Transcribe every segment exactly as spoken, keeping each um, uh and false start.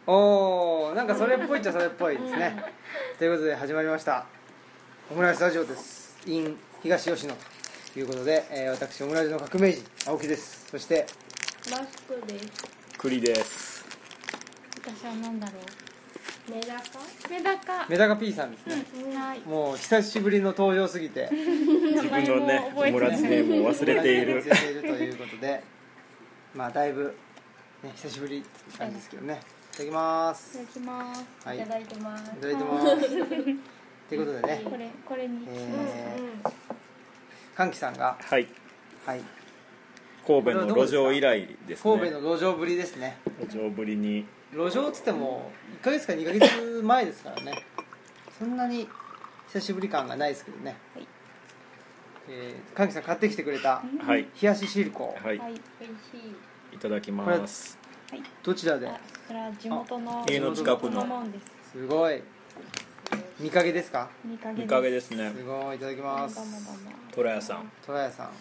おー、なんかそれっぽいっちゃそれっぽいですねということで始まりましたオムライスラジオです in 東吉野ということで、えー、私オムライスの革命児青木です。そしてマスクです。 栗です。 私は何だろう、 メダカメダカメダカ P さんですね、 うん、はい、 もう久しぶりの登場すぎて自分のねオムライスネームを忘れている忘れているということでまあだいぶ、ね、久しぶりって感じですけどね。いただきます。 いただきます。 はい、 いただいてます。 いただいてますということでね、 これこれに、 えー、歓喜さんがはい、 はい、 神戸の路上以来ですね。 神戸の路上ぶりですね。 路上ぶりに路上っつってもいっかげつかにかげつまえですからねそんなに久しぶり感がないですけどね、はい、えー、歓喜さん買ってきてくれた冷やしシルコ、 はい、 はい、 美味しい。 いただきます。 はい、 どちらで？ これは地元の家の近くのもんです。 すごい。見かけですか？ 見かけです。 見かけですね。 すごい、いただきます。 虎屋さん。 虎屋さん。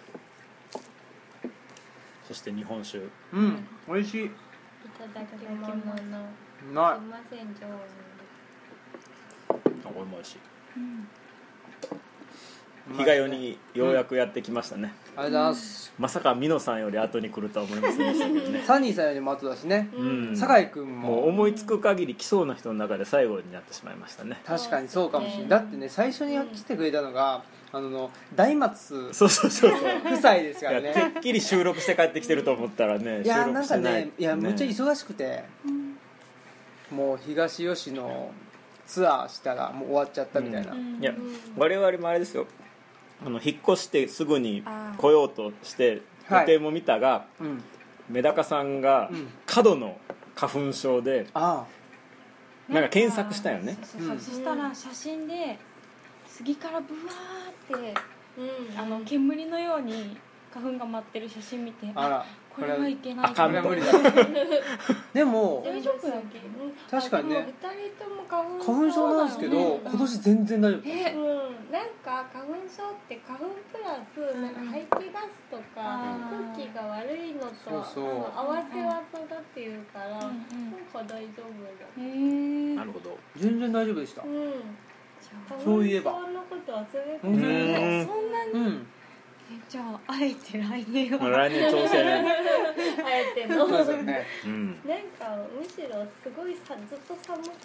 そして日本酒。 うん、美味しい。 いただき物の。 うまい。 すいません、常温あ、これも美味しい。 うん、 日が世にようやくやってきましたね、 うん、ありがとうございます。 まさかミノさんより後に来るとは思いませんでしたけどねサニーさんよりも後だしね、 うん、 酒井君ももう思いつく限り来そうな人の中で最後になってしまいましたね。 確かにそうかもしれない。だってね、最初に来てくれたのが、うん、あの大松そうそうそうそう夫妻ですからね。 いやてっきり収録して帰ってきてると思ったらね、 いや収録してない。 なんかね、いや、めっちゃ忙しくて、うん、もう東吉野ツアーしたらもう終わっちゃったみたいな、うん、 いや我々もあれですよ、あの引っ越してすぐに来ようとして予定も見たが、はい、うん、メダカさんが過度の花粉症で、うん、なんか検索したよね。 そうそうそう、うん、そしたら写真で杉からブワーって、うん、あの煙のように花粉が舞ってる写真見て、あらこれはいけない、 これは無理だでも大丈夫だっけ？ 確かにね、 ふたりとも花粉症花粉症なんですけど、うん、今年全然大丈夫。 え、うん、なんか花粉症って花粉プラスなんか排気ガスとか空気が悪いのとそうそう合わせ技だっていうから、うん、なんか大丈夫だ。へー、 なるほど。 全然大丈夫でした、うん、 そういえば花粉症のこと忘れてた。 そんなに、うん、じゃああえて来年は来年挑戦あえてのそうですね、 うん、なんかむしろすごいさずっと寒かった。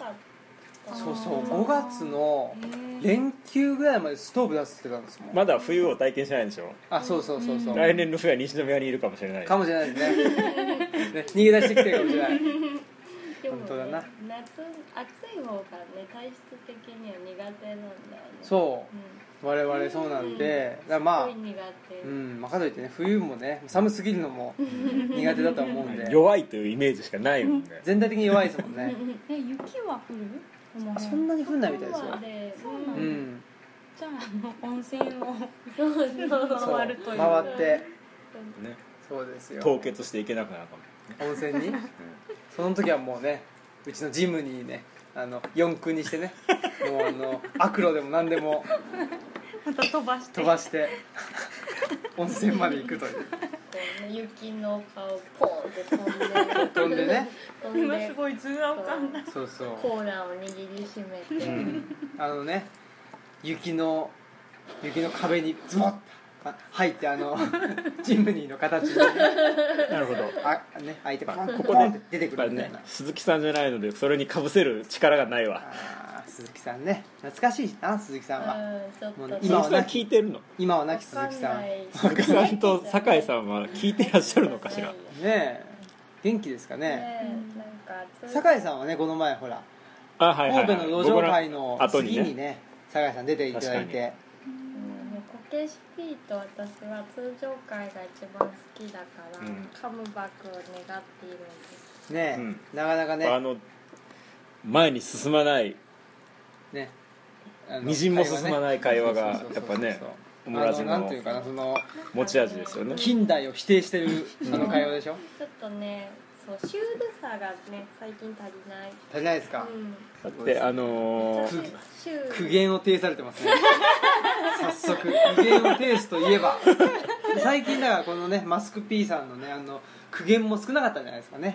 そうそう、ごがつの連休ぐらいまでストーブ出してたんですもん。 まだ冬を体験してないんでしょ。 あ、そうそうそうそう、 来年の冬は西宮にいるかもしれないかもしれないですねね、逃げ出してきてるかもしれないでも、ね、 本当だな。 夏暑い方がね体質的には苦手なんだよね。 そう、うん、我々そうなんで、うん、だまあ、苦手、うん、まあ、かといってね冬もね寒すぎるのも苦手だと思うんで弱いというイメージしかないもんね、うん、 全体的に弱いですもんねえ、雪は降る？ あ、そんなに降んないみたいですよ。 そうなんだ、うん、じゃあ、あの温泉をそうそう回るという回って、ね、 そうですよ、 凍結していけなくなるかも、 温泉に、うん、その時はもうね、うちのジムにね、あの四駆にしてねもうあのアクロでも何でもまた飛ばして飛ばして温泉まで行くという雪の顔をポーンって飛んで飛んでね今すごい図が浮かんだ。 そうそう、 コーラを握りしめて、うん、 あのね雪の雪の壁にズボッ入ってあのチムニーの形に、ね、 なるほど、 あ、ね、開いてパンここで出てくるみたいな、 ね、鈴木さんじゃないのでそれに被せる力がないわ。 あ、鈴木さんね、懐かしいな鈴木さんは。 うん、 今はな聞いてるの？ 今は亡き鈴木さん。 鈴木さんと酒井さんは聞いてらっしゃるのかしら。ねえ、元気ですかね。 ね、なんか酒井さんはね、この前ほら、 あ、はいはいはい、 神戸の路上会の次にね、 ね、 酒井さん出ていただいて。 こけし P と私は通常会が一番好きだから、うん、カムバックを願っているんですね、うん、なかなかね、 あの前に進まないね、 みじんも進まない会話がやっぱね、オムラジのなんていうかな、その持ち味ですよね。 近代を否定してるあの会話でしょ。 ちょっとね、そうシュールさがね最近足りない。 足りないですか。 うん、 だってあのー、 苦言を呈されてますね早速苦言を呈すといえば最近だからこのねマスク P さんのねあの苦言も少なかったんじゃないですかね。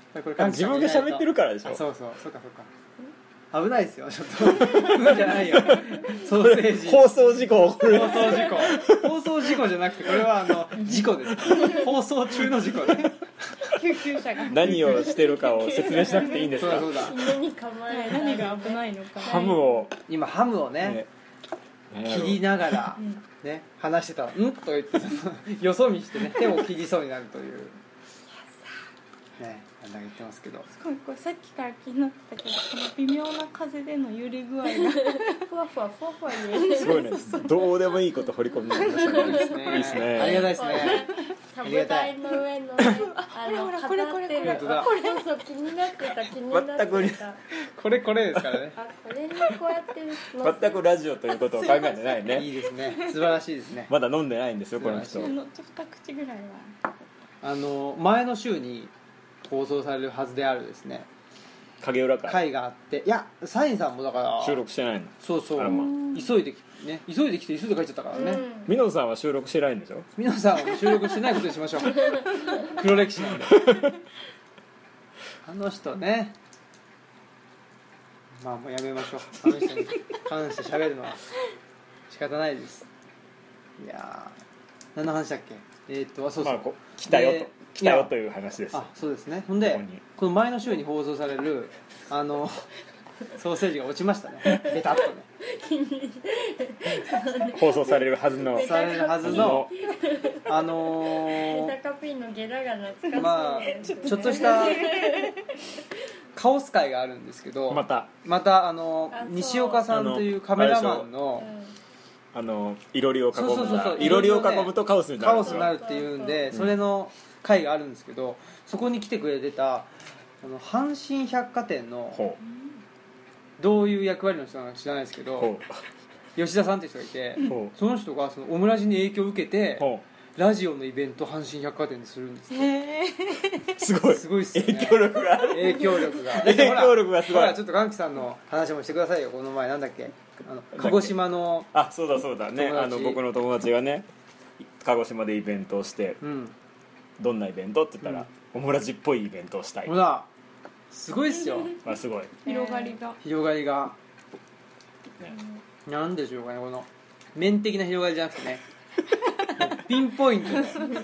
これ自分が喋ってるからでしょ。 そうそうそうかそうか危ないですよちょっとじゃないよソーセージ放送事故起こる放送事故放送事故じゃなくてこれはあの事故です放送中の事故で救急車が何をしてるかを説明しなくていいんですか。 そうだ犬に構え何が危ないのかハムを今ハムをねね切りながら、ね、話してたら「ん?」と言ってよそ見してね手を切りそうになるというねなんだか言ってますけど、 すごいこれさっきから気になってたけどこの微妙な風での揺れ具合がふわふわふわふわ揺れるすごいね。どうでもいいこと掘り込んでましたね。いいですね。いいですね。 ありがたいですね。 タブ台の上のねあのほらこれこれこれ飾ってるこれそうそう気になってた気になってたこれこれですからねあこれにこうやって乗せ全くラジオということを考えてないね。 いいですね素晴らしいですね。 まだ飲んでないんですよこの人。 ちょっと二口ぐらいはあの前の週に放送されるはずであるですね影浦会会があっていやサインさんもだから収録してないの。 そうそうあらま急いできね急いできて急いで帰っちゃったからね、 うんミノさんは収録してないんでしょ。 皆さんは収録してないことにしましょう黒歴史なんであの人ねまあもうやめましょうあの人に関して喋るのは仕方ないです。いやー何の話だっけえー、っとあそうそう、 まあこ来たよとで来たよという話です。 あそうですねほんでここにこの前の週に放送されるあのソーセージが落ちましたねベタっとね放送されるはずのされるはずのあのメタカピンのゲラが懐かしいです、ね、 まあちょっとしたカオス会があるんですけどまたまたあのあそう西岡さんというカメラマンのあのいろりを囲そうそうそうそうむいろりを囲むとカオスになるカオスになるっていうんでそれの会があるんですけどそこに来てくれてたあの阪神百貨店のほどういう役割の人なのか知らないですけどうほ吉田さんって人がいてうほその人がそのオムラジに影響を受けてうほラジオのイベント阪神百貨店でするんですよへえうすごいすごいっすよね影響力がある影響力が影響力がすごいほらちょっとガンキさんの話もしてくださいよこの前なんだっけあの鹿児島のあそうだそうだね友達あの僕の友達がね鹿児島でイベントをしてうんどんなイベントって言ったら、オムラジっぽいイベントをしたいほらすごいっすよあすごい、 広がりが広がりがね、 なんでしょうかねこの面的な広がりじゃなくてねピンポイントで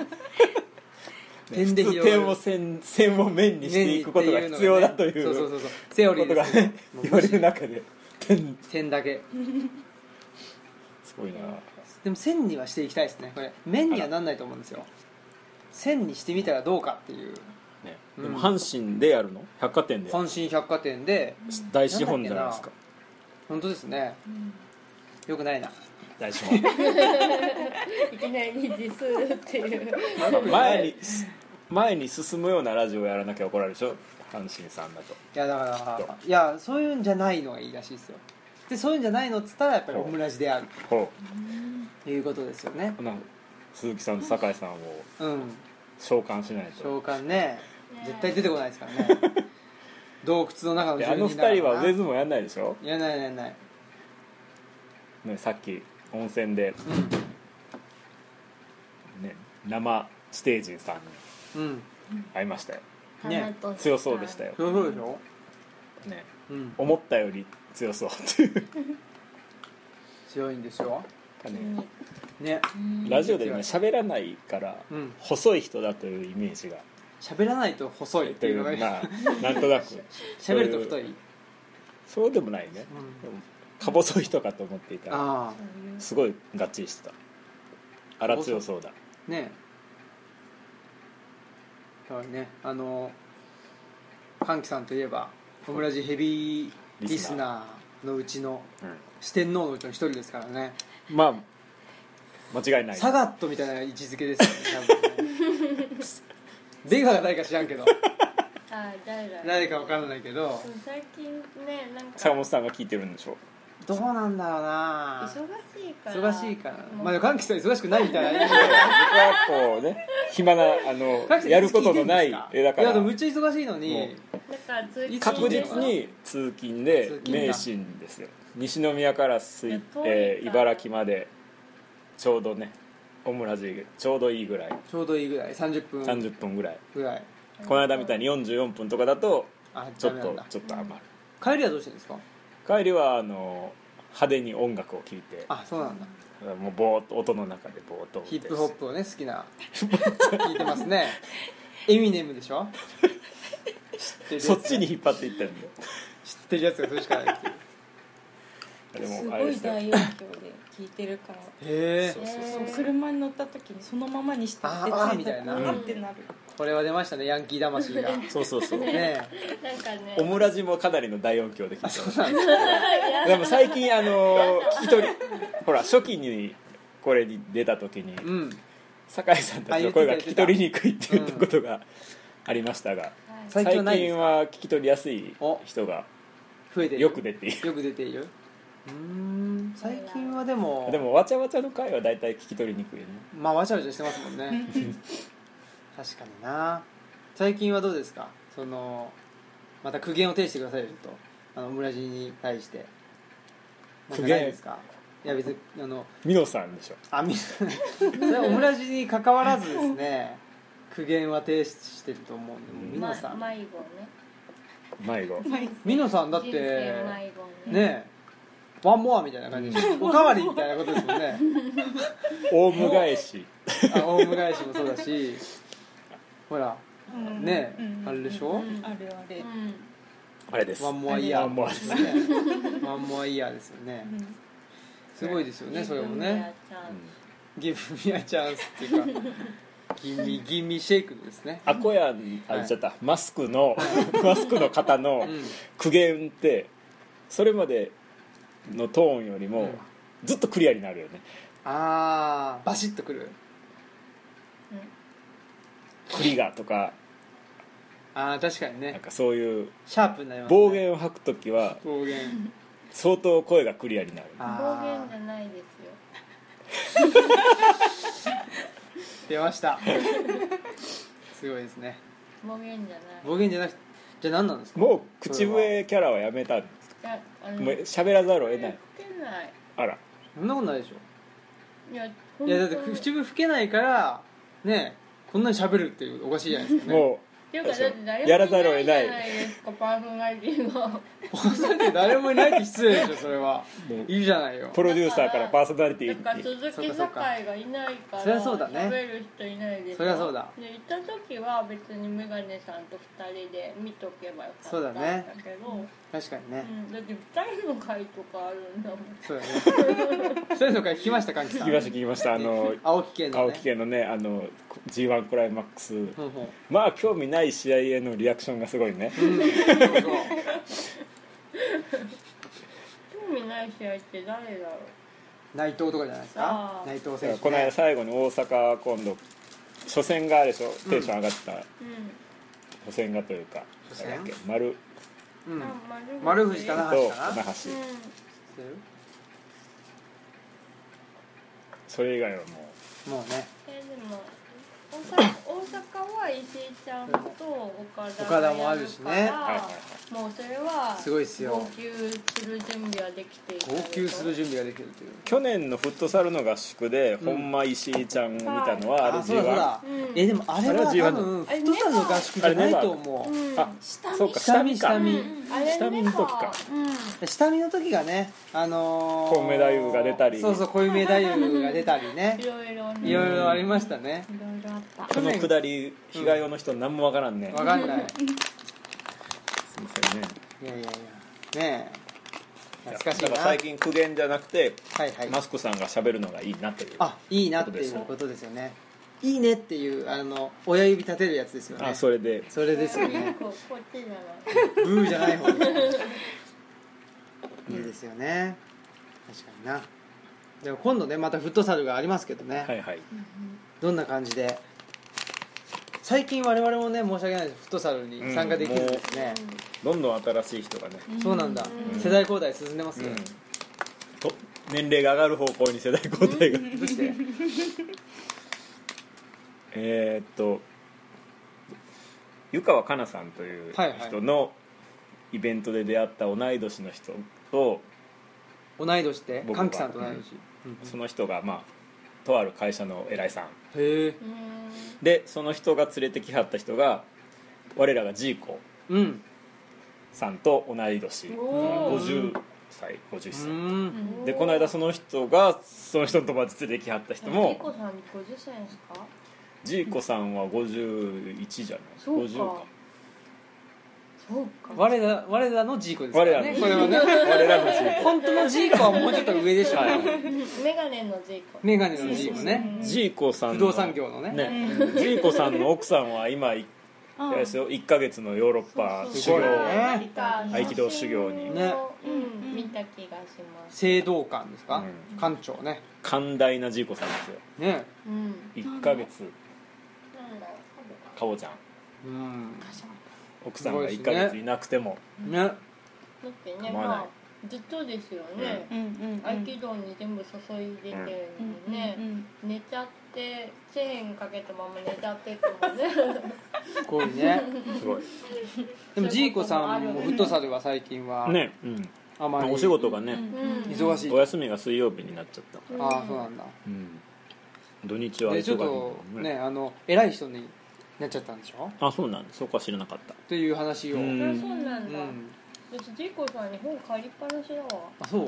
点で普通広がる点を線線を面にしていくことが必要だというそうそうそうそうセオリーことがですね言われる中で点点だけすごいなでも線にはしていきたいですねこれ面にはなんないと思うんですよ線にしてみたらどうかっていうね、 うんでも阪神でやるの百貨店で阪神百貨店で大資本じゃないですか本当ですねよくないな大資本いきなりディスるっていう前に前に進むようなラジオをやらなきゃ怒られるでしょ阪神さんだといやだからいやそういうんじゃないのがいいらしいですよでそういうんじゃないのっつったらやっぱりオムラジであるほということですよねうなんか鈴木さんと酒井さんをうん召喚しないと召喚ね絶対出てこないですからね洞窟の中のであの二人はウェズもやんないでしょ、 やんないやんないね、さっき温泉で、ね、生ステージさんにうん会いましたよ、 ね強そうでしたよ、 そうそうでしょね、 うん思ったより強そうっていう強いんですよね、 ねラジオでね喋らないから、 うん細い人だというイメージが喋らないと細いってといのがいううまあなんとなく喋ると太いそうでもないね、 うんでもか細い人かと思っていたらああすごいがっちりしてたあら強そうだねだからねあの歓喜さんといえばオムラジヘビーリスナーのうちの四天王のうちの一人ですからねまあ間違いないサガットみたいな位置づけですよね多分ねベガが誰か知らんけどあ誰だ誰か分からないけど最近ねなんか坂本さんが聞いてるんでしょどうなんだろうな忙しいから忙しいからもうまあ歓喜さん忙しくないみたいな僕はこうね暇なあのやることのないえだからいやでもむっちゃ忙しいのにだから通勤確実に通勤で通勤か名神ですよ西宮からすいいや遠いからえー茨城までちょうどねオムラジちょうどいいぐらいちょうどいいぐらいさんじゅっぷんさんじゅっぷんぐらいぐらいこの間みたいによんじゅうよんぷんとかだとちょっとちょっと余る。 帰りはどうしてるんですか？ 帰りはあの派手に音楽を聴いて、 あ、そうなんだ。 もうボーっと音の中でボーっとヒップホップをね好きな聞いてますね。エミネムでしょ。知ってる、 そっちに引っ張っていったんだよ。 知ってるやつがそれしかないっていう。 でもすごい大音響で聞いてるから、 へそうそうそう、 車に乗った時にそのままにしてあてーみたいなあーってなる。 これは出ましたね、ヤンキー魂が。 そうそうそう、 ねなんかねオムラジもかなりの大音響で聞いてそうなんですますでも最近あの聞き取りほら初期にこれに出た時に、 うん、 酒井さんたちの声が聞き取りにくいって言ったことがありましたが、最近は聞き取りやすい人が増えてる、 よく出ているよく出ている。うーん、最近はでもでもわちゃわちゃの回はだいたい聞き取りにくいね。 まあわちゃわちゃしてますもんね。確かにな。最近はどうですか？そのまた苦言を呈してくださいよ、ちょっとあのオムラジに対してなんかないですか？いや別にあのミノさんでしょ。 あみそれはオムラジに関わらずですね苦言は呈してると思うんで、ミノさん、 ま、迷子ね迷子ミノさんだって人生迷子ねねえワンモアみたいな感じで、おかわりみたいなことですもんね。 オウム返しあ、オウム返しもそうだし、ほらうんねえ、 うんあれでしょ、 うんあれあれ、 うんあれです。 ワンモアイヤーワンモアですね。ワンモアイヤーですよね。すごいですよね、それもね。ギブミアチャンスっていうかギミギミシェイクですね。 アコヤにあ言っちゃった、マスクのマスクの方の苦言ってそれまでのトーンよりもずっとクリアになるよね。 あーバシッとくる。 クリガーとかあー確かになんね、 かそういうシャープになりますね。 暴言を吐くときは暴言相当声がクリアになる。 暴あ言じゃないですよ。 ー出ましたすごいですね。 暴言じゃない。 暴言じゃなくて、じゃあ何なんですか？ もう口笛キャラはやめたんですか？ いやあのもう喋らざるを得ない。 吹けない。 あらそんなことないでしょ。 いやいやだって口笛吹けないからね、こんなに喋るっていうおかしいじゃないですかね。 もっていうかだって誰もやらざるを得ないじゃないですか、パーソナリティが。 さっき誰もいないって失礼でしょそれは。 もういいじゃないよう。プロデューサーからパーソナリティだから鈴木酒井がいないからそりゃそうだね喋る人いないでしょ。 そりゃそうだ。 で行った時は別にメガネさんと二人で見とけばよかったそうだねんだけど、 確かにね、 うん、だって二人の回とかあるんだもん。 そうだねそういうのから聞きましたかんきさん。 聞きました聞きました。あの青木家のね青木家のねあの ジーワン クライマックス、 ほんほんまあ興味ない試合へのリアクションがすごいね。 うんそう興味ない試合って誰だろう。 内藤とかじゃないですかあ。ー内藤選手、ね、 この間最後に大阪今度初戦があれでしょ、テンション上がった、 うん。 初戦がというか初戦あれだっけ丸うんあ丸藤棚と橋かな。 棚橋、 うん。 それ以外はももうねえでも大阪大阪は石井ちゃんと岡田岡田がもあるしねやるから、 はいはいもうそれはすごいっすよ号泣する準備はできていた号泣する準備ができるという。 う去年のフットサルの合宿で、 んほんま石井ちゃんを見たのはあれ ジーそうだそうワン。 だ、 うんえでもあれはあれは ジーワン多分フットサルの合宿じゃないと思う。 うんあ下見そうか下見下見か下見うんあれね下見の時かうん下見の時がね、あのー、 コウメ太夫が出たりそうそう小梅太夫が出たりねいろいろねいろいろありましたね。 いろいろあった。 このくだり被害用の人何もわからんね、 わかんない。 すいませんね。 いやいやいやねえ懐かしいな。 だから最近苦言じゃなくて、 はいはい。 マスクさんが喋るのがいいなという。 あいいなっていうことですよね。いいねっていうあの親指立てるやつですよね。 あそれでそれですよね。 ここっちじゃない。 ブーじゃない方ですね。いいですよね。確かにな。でも今度ねまたフットサルがありますけどね、 はいはいどんな感じで。最近我々もね申し訳ないですフットサルに参加できるんですね、 どんどん新しい人がね、 そうなんだ、 うん世代交代進んでます、 うんと年齢が上がる方向に世代交代がどうしてえーっと湯川かなさんという人のイベントで出会った同い年の人と、 同い年って僕が歓喜さんと同い年、うんその人がまあとある会社の偉いさんへえうんで、その人が連れてきはった人が我らがジーコさんと同い年、ごじゅっさいごじゅっさいで、この間その人がその人の友達連れてきはった人も、 ジーコさんごじゅっさいですか？ ジーコさんはごじゅういちじゃない？ そうかごじゅうか。 そうか。 我ら我らのジーコですからね。これはね。 我らのジーコ。 本当のジーコはもうちょっと上でしょ。 メガネのジーコ。 メガネのジーコね。 ジーコさんの不動産業のね。 ね、ジーコさんの奥さんは今いですよいっかげつのヨーロッパ修行、合気道修行にね、うん、見た気がします。 聖堂館ですか？ うん、 館長ね。 寛大なジーコさんですよ。 ね。 いっかげつ。かぼちゃん。 うん。 奥さんがいっかげついなくても。 ね。だってね、まあずっとですよね。合気道に全部注いでてるのにね、寝ちゃってチェーンかけたまま寝ちゃっててもね。 すごいね。 すごい。 でもジーコさんもフットサルは最近はね、うん、 あまりお仕事がね、 忙しい。 お休みが水曜日になっちゃった。 ああ、そうなんだ。 うん。土日は忙しい。 ちょっとね、あの偉い人になっちゃったんでしょ？ あ、そうなんです。そこは知らなかった。 という話を。 そうなんだ。私ジーコさんに本借りっぱなしだわ。 あ、そう。 うん。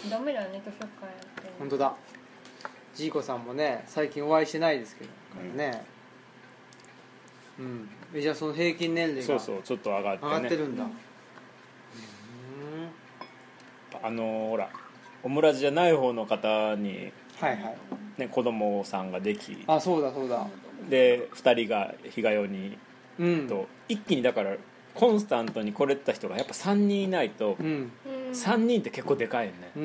ダメだね、図書館やって。 本当だ。ジーコさんもね、最近お会いしてないですけどね。うん。え、じゃあその平均年齢がそうそう、ちょっと上がってね。 上がってるんだ。 あのほらオムラジじゃない方の方に、 はいはいね、子供さんができ、 あ、そうだそうだ、 でふたりが日帰りに、 うん、 と一気にだからコンスタントに来れた人がやっぱさんにんいないと、うん、さんにんって結構でかいよね。うん、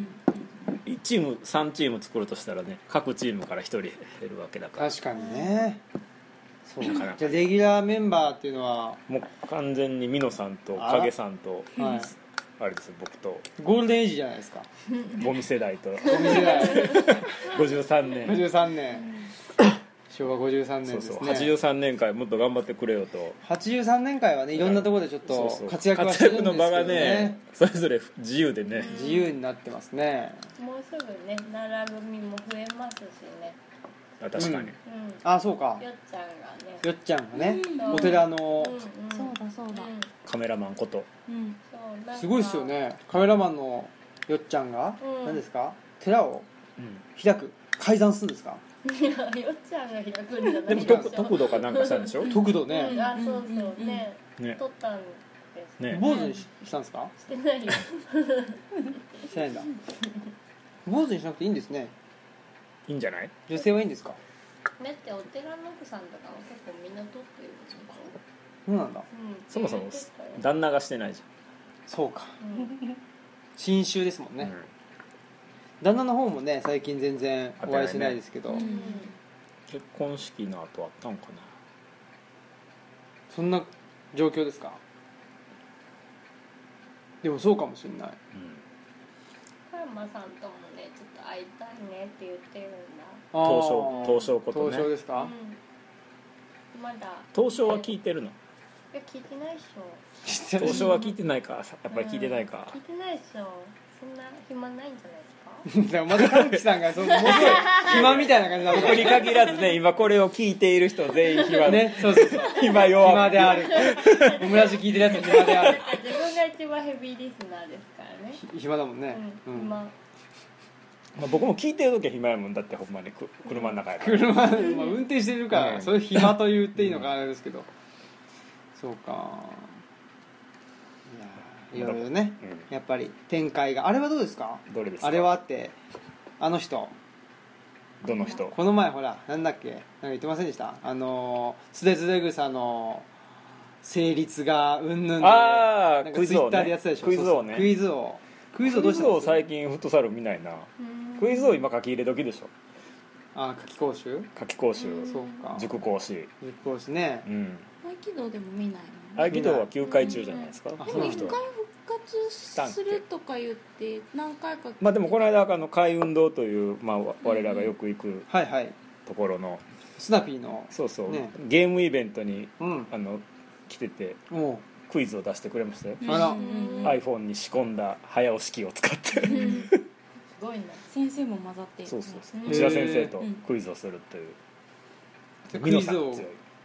いちチームさんチーム作るとしたらね、各チームからひとり減るわけだから。 確かにね。そうかな。じゃあレギュラーメンバーっていうのはもう完全にミノさんと影さんと、はい、あれですよ、僕とゴールデンエイジじゃないですか。 ゴミ世代とゴミ世代ごじゅうさんねんごじゅうさんねんしょうわごじゅうさんねんですね。 そうそう、はちじゅうさんねんかいもっと頑張ってくれよと。 はちじゅうさんねんかいはね、いろんなところでちょっと活躍はしてるんですけどね。活躍の場がね、 それぞれ自由でね、 自由になってますね。 もうすぐね、並組も増えますしね。 あ、確かに、うん、 あ、そうか、 よっちゃんがねよっちゃんがね、うん、お寺の、 うんうん、そうだそうだ、 カメラマンこと、 うん、 すごいですよね。カメラマンのよっちゃんが、うん、何ですか、寺を開く、改ざんするんですか。 いや、よっちゃんが開くんじゃないでしょ。でも得度かなんかしたんでしょ。 得度ね、 うん、あ、そうそうね、ね、取ったんですね。坊主にしたんですか。 してないよしてないんだ。坊主にしなくていいんですね。 いいんじゃない。 女性はいいんですか。 だってお寺の奥さんとかも結構みんな取ってるんですよ。 そうなんだ、うん、 そもそも旦那がしてないじゃん。 そうか、うん、新種ですもんね、うん、旦那の方もね最近全然お会いしないですけど、ね、うん、 結婚式の後あったんかな。 そんな状況ですか。でもそうかもしれない。 加山さんともねちょっと会いたいねって言ってるんだ。 東証東証ことね。 東証ですか、 うん、まだ東証は聞いてるの。 いや聞いてないっしょ。 東証は聞いてないか。やっぱり聞いてないか、 うん、聞いてないっしょ。そんな暇ないんじゃないですか。 また神木さんがそのものすごい暇みたいな感じなの。 ここに限らずね、今これを聞いている人全員暇ね。そうそうそう。 暇弱暇である。オムラジ聞いてるやつ暇である。 自分が一番ヘビーリスナーですからね。 暇だもんね。 うん。暇。まあ、僕も聞いてる時は暇やもん。だってほんまに車の中やから。 車、まあ、運転してるから、うん、それ暇と言っていいのかあれですけど。そうか。いろいろね、うん、やっぱり展開があれはどうですか。 どれですか。 あれはあってあの人どの人。 この前ほらなんだっけ、なんか言ってませんでした。あのつれづれ草の成立がうんぬんで、 ああクイズ王でやってたでしょ。 クイズ王ね。 クイズ王クイズ王どうしたんですか。 最近フットサル見ないな。クイズ王今書き入れ時でしょ。 ああ、夏期講習夏期講習。 そうか、 塾講師塾講師ね。 うん、合気道でも見ないの。 合気道は休会中じゃないですか。 でも一回復活するとか言って何回か。 まあでもこの間あの海運動という、まあ、我らがよく行くところのスナピーのそうそう、ね、ゲームイベントに、うん、あの来ててクイズを出してくれましたよ。あら iPhone に仕込んだ早押し機を使ってすごいな。 先生も混ざっている。 そうそうそう、内田先生とクイズをするという。 クイズ王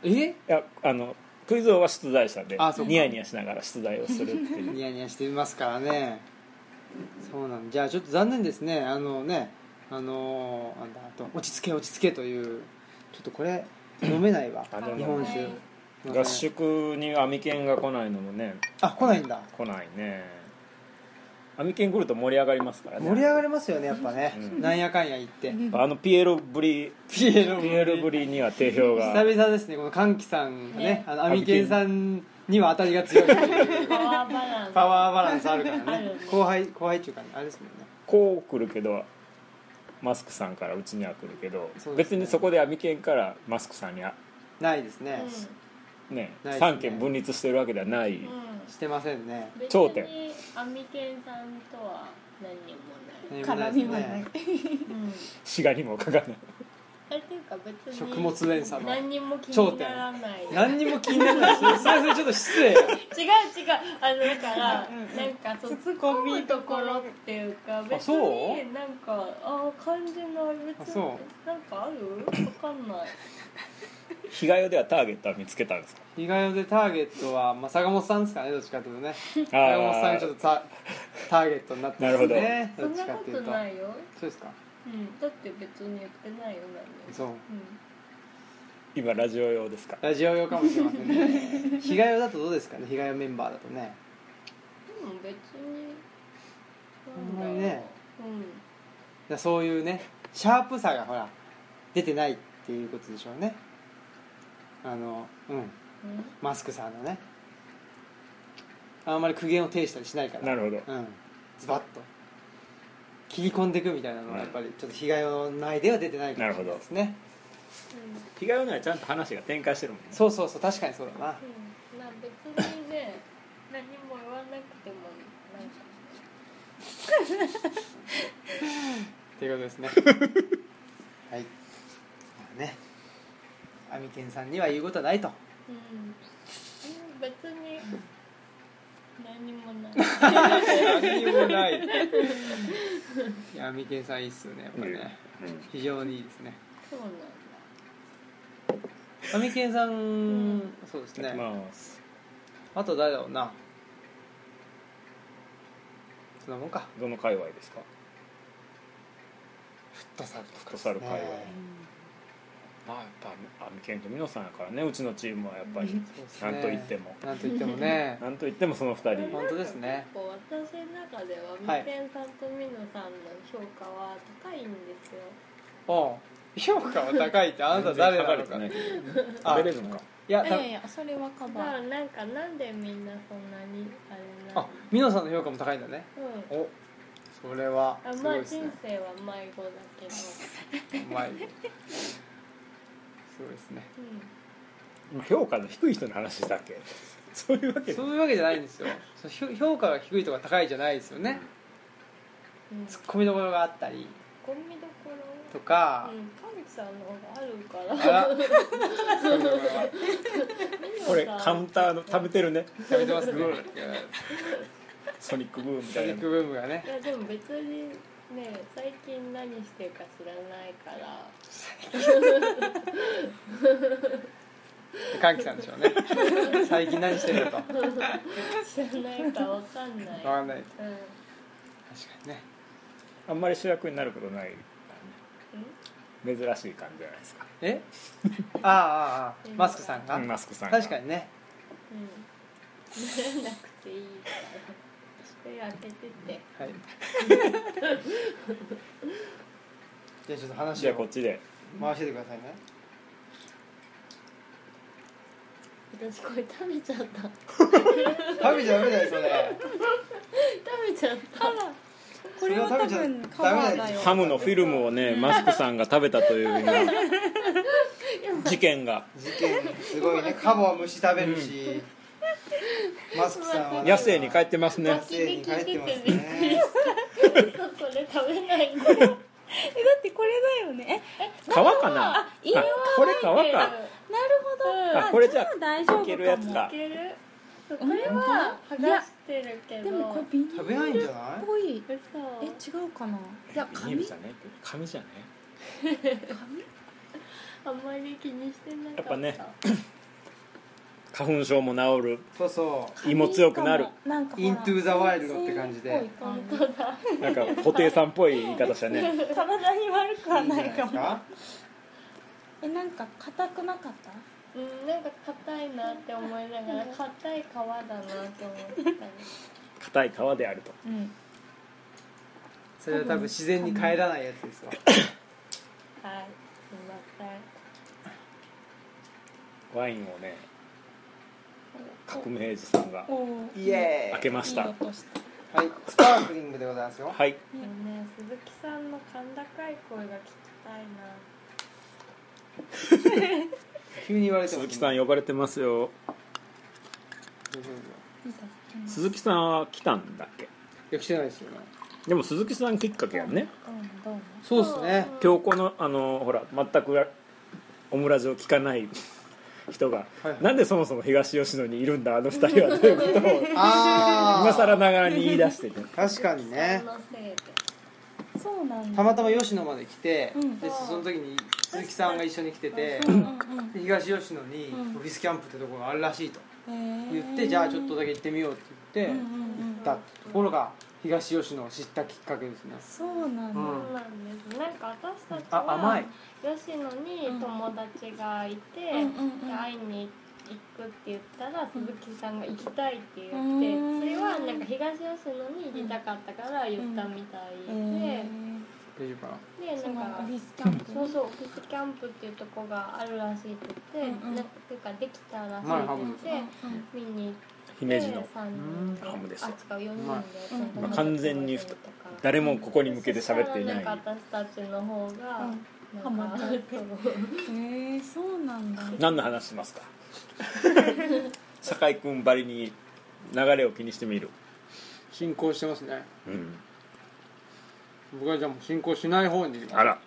えいやあのクイズ王は出題者でニヤニヤしながら出題をするっていうニヤニヤしてますからね。そうなんじゃあちょっと残念ですね。あのねあのなんだあと落ち着け落ち着けというちょっとこれ飲めないわ日本酒。 合宿にアミケンが来ないのもね。 あ来ないんだ。 来ないね。アミケン来ると盛り上がりますからね。 盛り上がりますよねやっぱね、うん、なんやかんや言ってあのピエロぶりピエロぶりには定評が久々ですね。この歓喜さんがね、ねあのアミケンさんには当たりが強いパワーバランスパワーバランスあるからね後輩後輩っていうかねあれですもんね。 こう来るけどマスクさんからうちには来るけど、ね、別にそこでアミケンからマスクさんにはないですね、 うん、ねねさんけん分立してるわけではない、うん、 してませんね。 頂点アミケンさんとは何もない絡みもない、うん、 しがにもかかないえっていうか別に食物連鎖の何にも気にならない何にも気にならないそれそれちょっと失礼違う違うあのだからなんかそう突っ込むところっていうか別になんかあ感じない別になんかある分かんない日帰りではターゲットは見つけたんですか。 日帰りでターゲットは、まあ、坂本さんですかねどっちかというとね坂本さんがちょっとタターゲットになってますね。 どっちかっていうとそんなことないよ。 そうですか。 うん、だって別に言ってないよ何で。 そう、うん、 今ラジオ用ですか。 ラジオ用かもしれませんね日帰りだとどうですかね日帰りメンバーだとね。 でも別にあんまりね、うん、そういうねシャープさがほら出てないっていうことでしょうね。あのうん、うん、マスクさんのねあんまり苦言を呈したりしないから。 なるほど、 うん、ズバッと切り込んでいくみたいなのはやっぱりちょっと日帰りの内では出てないかもしれないですね。 日帰りの内はちゃんと話が展開してるもんね。 そうそうそう確かにそうだな、うん、 まあ別にね何も言わなくてもなんかっていうことですねはいまあねアミケンさんには言うことはないと、うん、 別に何もない何もないいやアミケンさんいいっすよねやっぱね、うん、非常にいいですね。 そうなんだ。アミケンさん、うん、そうですね。あと誰だろうな。そんなもんか。 どの界隈ですか。 フットサルとか、ね、 フットサル界隈、うん、まあやっぱアミケンとミノさんやからねうちのチームはやっぱり、うんね、なんと言ってもなんと言ってもねなんと言ってもそのふたり本当ですね。 私の中ではアミケンさんとミノさんの評価は高いんですよ。 ああ評価は高いってあなた誰なのかね食べれるのか。 いやいやいやそれはカバー。 だからなんかなんでみんなそんなにあれなの。 あミノさんの評価も高いんだね。 うん。 おそれはすごいですね。まあ人生は迷子だけど。 迷子。すごいですね、 うん、評価の低い人の話したっけそういうわけそういうわけじゃないんですよ評価が低いとか高いじゃないですよね、うん、ツッコミどころがあったりツッコミどころとか、 うん、神さんの方があるからこれカウンターの食べてるね食べてますねソニックブームみたいなソニックブームがね。 いやでも別にね最近何してるか知らないから歓喜さんでしょうね最近何してるかと知らないか分かんない分かんない、うん、確かにねあんまり主役になることない、ね、珍しい感じじゃないですか。 えああああマスクさんが、 うん、マスクさんが確かにね、 うん、ならなくていいからそれ開けててはいじゃあちょっと話をじゃあこっちで回しててくださいね。 私これ食べちゃった食べちゃダメだよそれ食べちゃったこれは多分カバーだよ。 ハムのフィルムをねマスクさんが食べたという今事件が事件すごいねカバは虫食べるし、うん、マスクさんは野生に帰ってますね。 野生に帰ってますねそれ食べないのえだってこれだよね。 え皮かな。 あいいわこれ皮か。なるほど。 あこれじゃ大丈夫かも。 いけるやつか。 いけるこれは剥がしてるけどでもこれビニール食べないんじゃないっぽい。え違うかな。いや紙じゃね紙じゃね紙あんまり気にしてなかった。 やっぱね花粉症も治る、 そうそう胃も強くなる、 なんかイントゥーザワイルドって感じで、 本当だ。 なんか布袋さんっぽい言い方したね。 体に悪くはないかも。 いいんじゃないですか。 え、なんか硬くなかった？ うん、なんか硬いなって思いながら硬い皮だなって思ってたり。 硬い皮であると。 うん。 それは多分自然に帰らないやつですわ。 はい、すみません。 ワインをね、革命児さんがイエーイ開けました。 いい音した。 はい、スパークリングでございますよ。 はい。 でもね、鈴木さんの甲高い声が聞きたいな。 急に言われても鈴木さん呼ばれてますよ。鈴木さんは来たんだっけ？ いや、来てないですよね。 でも鈴木さんきっかけやんね。 どうも。 そうですね。 今日このあのほら全くオムラジを聞かない人が、はいはい、なんでそもそも東吉野にいるんだあの二人はということをあ今更ながらに言い出してて、 確かにね。 そうなんだ。 たまたま吉野まで来て、 うん、 でその時に鈴木さんが一緒に来てて、うん、東吉野にオフィスキャンプってところがあるらしいと言って、じゃあちょっとだけ行ってみようって言って行ったところが東吉野を知ったきっかけですね。 そうなんだ、うん、 そうなんです。なんか私たちは吉野に友達がいて、うん、会いに行くって言ったら鈴木さんが行きたいって言って、うん、それはなんか東吉野に行きたかったから言ったみたいで、うん、でなんかオフィスキャンプ、 そうそうオフィスキャンプっていうとこがあるらしいって言って、うん、なんかっていうかできたらしいって言って、うん、見に行って姫路のハムですよ。あ、違うよにんで、まあ、完全に誰もここに向けて喋っていない。 なんか私たちの方がハマった。へえ、そうなんだ。 何の話しますか？酒井君ばりに流れを気にしてみる。 進行してますね。 うん。 僕はじゃあもう進行しない方に。 あら。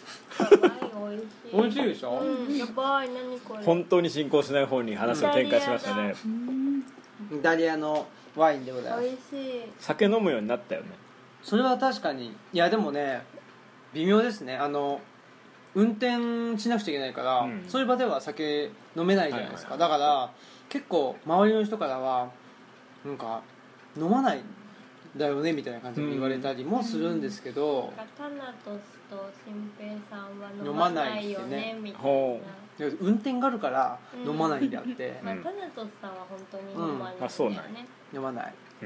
美味しいでしょ。 うん、やばい、何これ。 本当に進行しない方に話を展開しましたね。 イタリアのワインでございます。 美味しい。 酒飲むようになったよね。 それは確かに。いやでもね、微妙ですね。あの運転しなくちゃいけないから、うん、そういう場では酒飲めないじゃないですか。はいはいはい、だから結構周りの人からはなんか飲まないんだよねみたいな感じで言われたりもするんですけど、うん、 タナトスと新平さんは飲まないよねみたいな。 運転があるから飲まないんであって、 うん、まあ、タナトスさんは本当に飲まない、ね、うん、 あ、そうなんやね。 飲まない。 うん。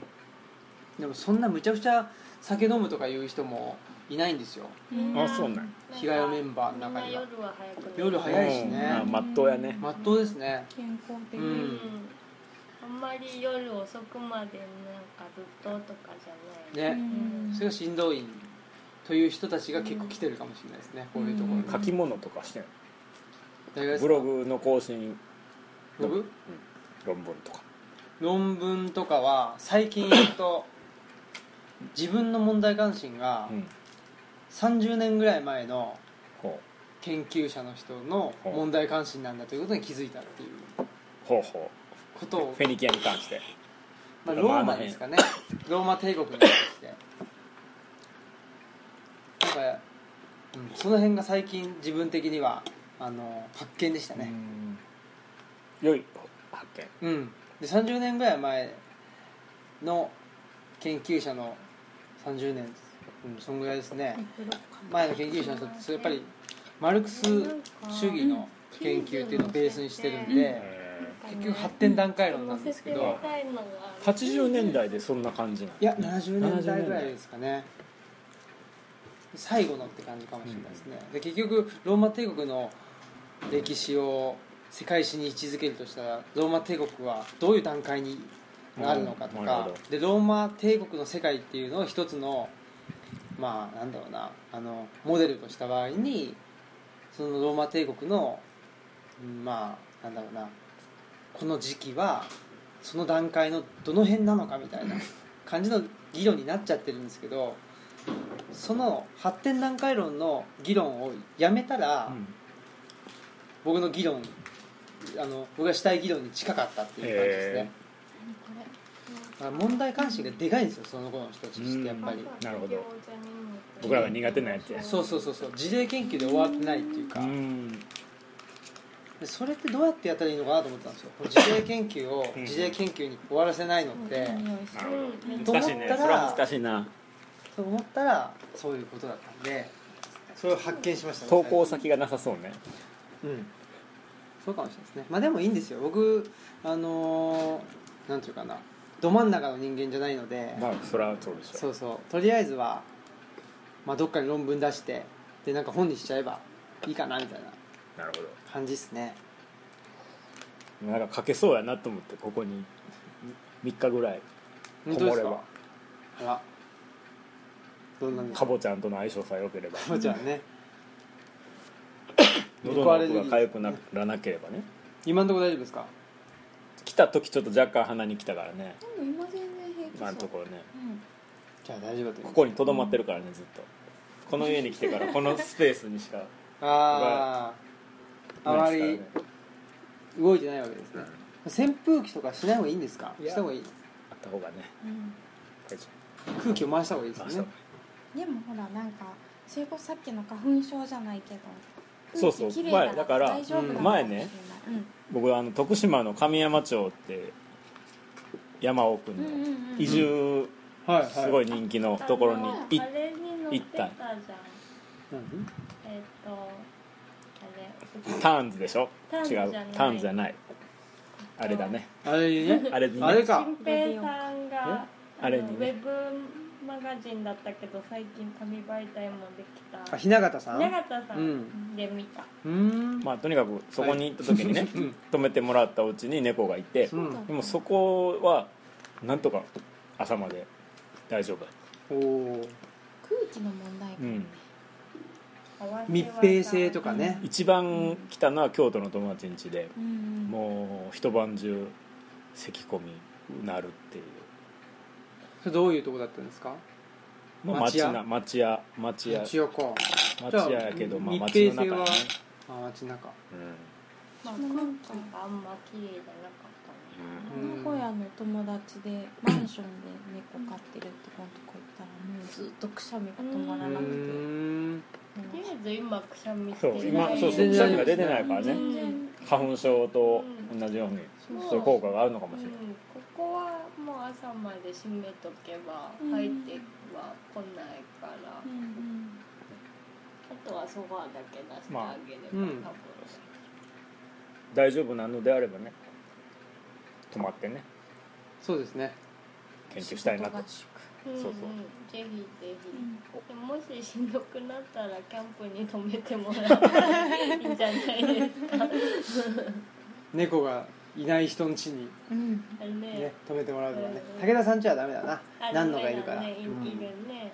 でもそんなむちゃくちゃ酒飲むとかいう人もいないんですよ。 あ、そうなん。 日帰りメンバーの中には。 夜は早く。 夜早いしね。 あ、まっとうやね。 まっとうですね。 健康的。 うん。あんまり夜遅くまでなんかずっととかじゃない。 ね。うん、それがしんどいという人たちが結構来てるかもしれないですね。こういうところに。 書き物とかしてる。ブログの更新。 ブログ？うん。 論文とか。 論文とかは最近言うと自分の問題関心がさんじゅうねんぐらい前の研究者の人の問題関心なんだということに気づいたっていうことを、 フェニキアに関して、 まあ、ローマですかね。ローマ帝国に関してなんか、うん、その辺が最近自分的にはあの発見でしたね。 良い発見。うんでさんじゅうねんぐらい前の研究者のさんじゅうねん、うん、そんぐらいですね。前の研究者の人ってやっぱりマルクス主義の研究っていうのをベースにしてるんで、結局発展段階論なんですけど、 はちじゅうねんだいでそんな感じなの？ いやななじゅうねんだいぐらいですかね。最後のって感じかもしれないですね。で結局ローマ帝国の歴史を世界史に位置づけるとしたらローマ帝国はどういう段階にあるのかとか、うん、でローマ帝国の世界っていうのを一つのまあなんだろうなあのモデルとした場合にそのローマ帝国のまあなんだろうなこの時期はその段階のどの辺なのかみたいな感じの議論になっちゃってるんですけど、その発展段階論の議論をやめたら、うん、僕の議論あの僕がしたい議論に近かったっていう感じですね。問題関心がでかいんですよ、その子の人たちってやっぱり。 なるほど。僕らが苦手なやつや。 そうそうそうそう、事例研究で終わってないっていうか。うんでそれってどうやってやったらいいのかなと思ったんですよ。自例研究を自例研究に終わらせないのって、 うん、難しいね。それは難しいなと思ったらそういうことだったんで、それを発見しましたね。 投稿先がなさそうね。 うん、そうかもしれないですね。まあでもいいんですよ。僕あのー、なんていうかな、ど真ん中の人間じゃないので、 まあそれはそうでしょう。 そうそう、とりあえずは、まあ、どっかに論文出してでなんか本にしちゃえばいいかなみたいな感じですね。 なんか書けそうやなと思って、ここにみっかぐらいこもれば。 あら、どんなかぼちゃんとの相性さえ良ければ。 かぼちゃんね喉の奥が痒くならなければね。 今のところ大丈夫ですか？ 来た時ちょっと若干鼻に来たからね。 でも今全然平気そう。 今のところね、 うん、 じゃあ大丈夫だと。 ここにとどまってるからね、ずっと。この家に来てからこのスペースにしかあああまり動いてないわけですね、うん、扇風機とかしない方がいいんですか？した方がいい？ あった方がね、うん、 空気を回した方がいいですよね。 でもほらなんかそれこそさっきの花粉症じゃないけど、 そうそう、前だから前ね、うん、僕あの徳島の神山町って山奥の移住すごい人気のところに行った。えっとあれターンズでしょ？違う、ターンズじゃない。あれだね。 あれね。 あれにね。 あれか。 新平さんがあれにウェブマガジンだったけど最近紙媒体もできた。 あ、雛形さん。 雛形さんで見た。 うん。 まあとにかくそこに行った時にね、はい、泊めてもらったお家に猫がいて、うん、でもそこはなんとか朝まで大丈夫。 おお。 空気の問題か、うん、 密閉性とかね、 うん、一番来たのは京都の友達ん家で、うん、もう一晩中咳込みなるっていう。 それどういうとこだったんですか？ まあ、町屋町屋町屋町屋か町屋やけど、まあ、町の中にね。 あ、町中、うん、 まあ、空気があんま綺麗じゃなかったね。 名古屋の友達でマンションで猫飼ってるってこのとこ行ったらもうずっとくしゃみが止まらなくて、 とりあえず今くしゃみしてそう今そうそうくしゃみが出てないからね、花粉症と同じようにそういう効果があるのかもしれない、うん、 ここはもう朝まで閉めとけば入っては来ないから、うんうん、あとはソファーだけ出してあげれば、まあうん、多分大丈夫なのであればね、泊まってね、 そうですね、 研究したいなと。 うんうん、そうそう、ぜひぜひ、うん、もししんどくなったらキャンプに泊めてもらっていいんじゃないですか猫がいない人の家に、うんね、泊めてもらうとかね、うん、武田さん家はダメだな、何度かいるから、ね、いるね、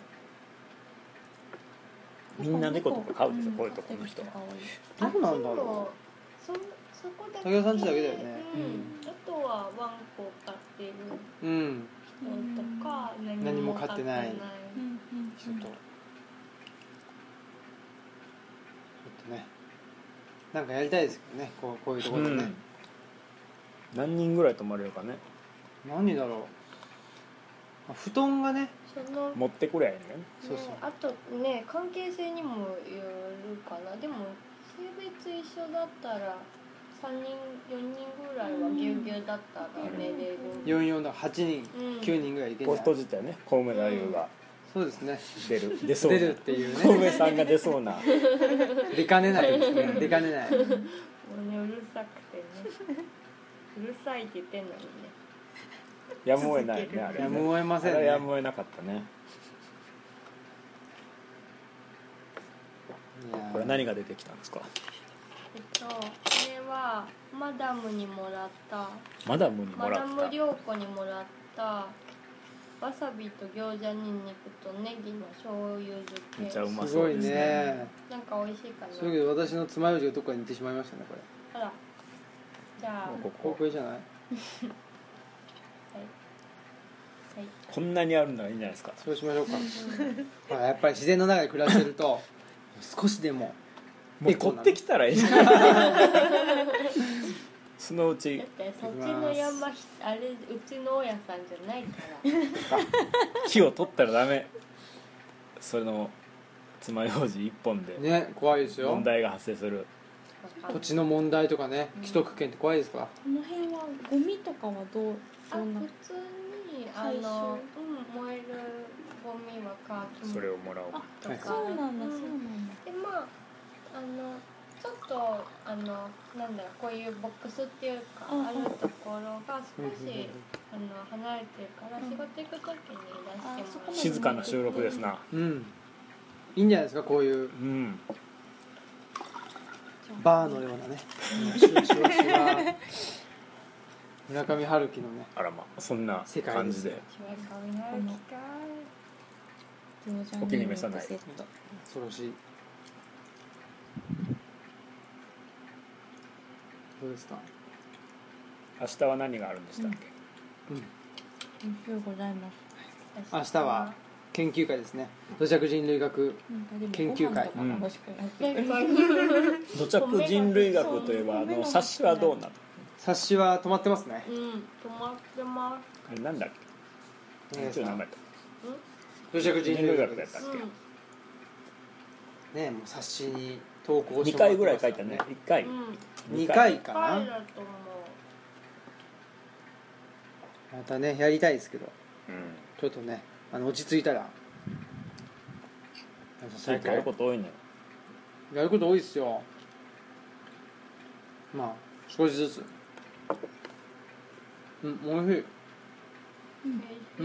みんな猫とか飼うでしょ、こういうとこの人は。 どうなんだろう、 そそこだけ武田さん家だけだよね、 うん、あとはワンコ飼ってる人とか、 うん、何も飼ってない人と、ちょっとね、なんかやりたいですけどね、こう、こういうところでね、うん、 何人ぐらい泊まれるかね。 何人だろう、布団がね、 その持ってくれやね。 そうそう、あとね、関係性にもよるかな。でも性別一緒だったらさんにんよにんぐらいはぎゅうぎゅうだったら寝れる。 よんよんだはちにん、うん、きゅうにんぐらいいけんじゃない。 ポスト自体ね、小梅太夫が、うん、 そうですね、 出る出そうな、 出るっていうね、 小梅さんが出そうな出かねないですね、出かねない。もうね、 うるさくてね、うるさいって言ってんのにね、 やむを得ないね、あれね、 やむを得ませんね、 あれやむを得なかったね。これ何が出てきたんですか？ えっと、これはマダムにもらったマダムにもらったマダム涼子にもらったわさびと餃子にんにくとネギの醤油漬け。 めっちゃうまそうですね。 すごいね。 なんか美味しいかな。 そういうけど私の爪楊枝がどっかに行ってしまいましたね、これ。 あら、じゃあこここれじゃない？はい、 はい、こんなにあるんならいいんじゃないですか。 そうしましょうか。ほら、やっぱり自然の中で暮らしてると少しでももう取ってきたらいいじゃんそのうちだってそっちの山、あれうちの大家さんじゃないから木を取ったらダメ。それの爪楊枝一本でね、怖いですよ。 問題が発生する。 土地の問題とかね、既得権って怖いですから。 この辺はゴミとかはどうあ普通にあの、うん、燃えるゴミは乾きそれをもらおうとか。そうなんだ、そうなんだ。 でまああのちょっとあのなんだろう、こういうボックスっていうかあるところが少しあの離れてるから、仕事行く時に出してもらう。 静かな収録ですな。 うん。いいんじゃないですか、こういう、うん、バーのようなね。シュワシュワシュワ村上春樹のね。 あらまあそんな感じで。お気に召さない。 恐ろしい。どうですか。 明日は何があるんでしたっけ。 うん。おはようございます。 明日は研究会ですね。土着人類学研究会。 うん、土着人類学といえばあの冊子はどうなの。 冊子は止まってますね。 うん、止まってます。 あれなんだっけ。一応名前と。 土着人類学だったっけ。 ね、もう冊子に投稿してにかいぐらい書いたね。いっかい。 にかいかな。またねやりたいですけど、うん、ちょっとねあの落ち着いたら。 やること多いね。 やること多いですよ。まあ少しずつ。うん、おいしい。うん。うん。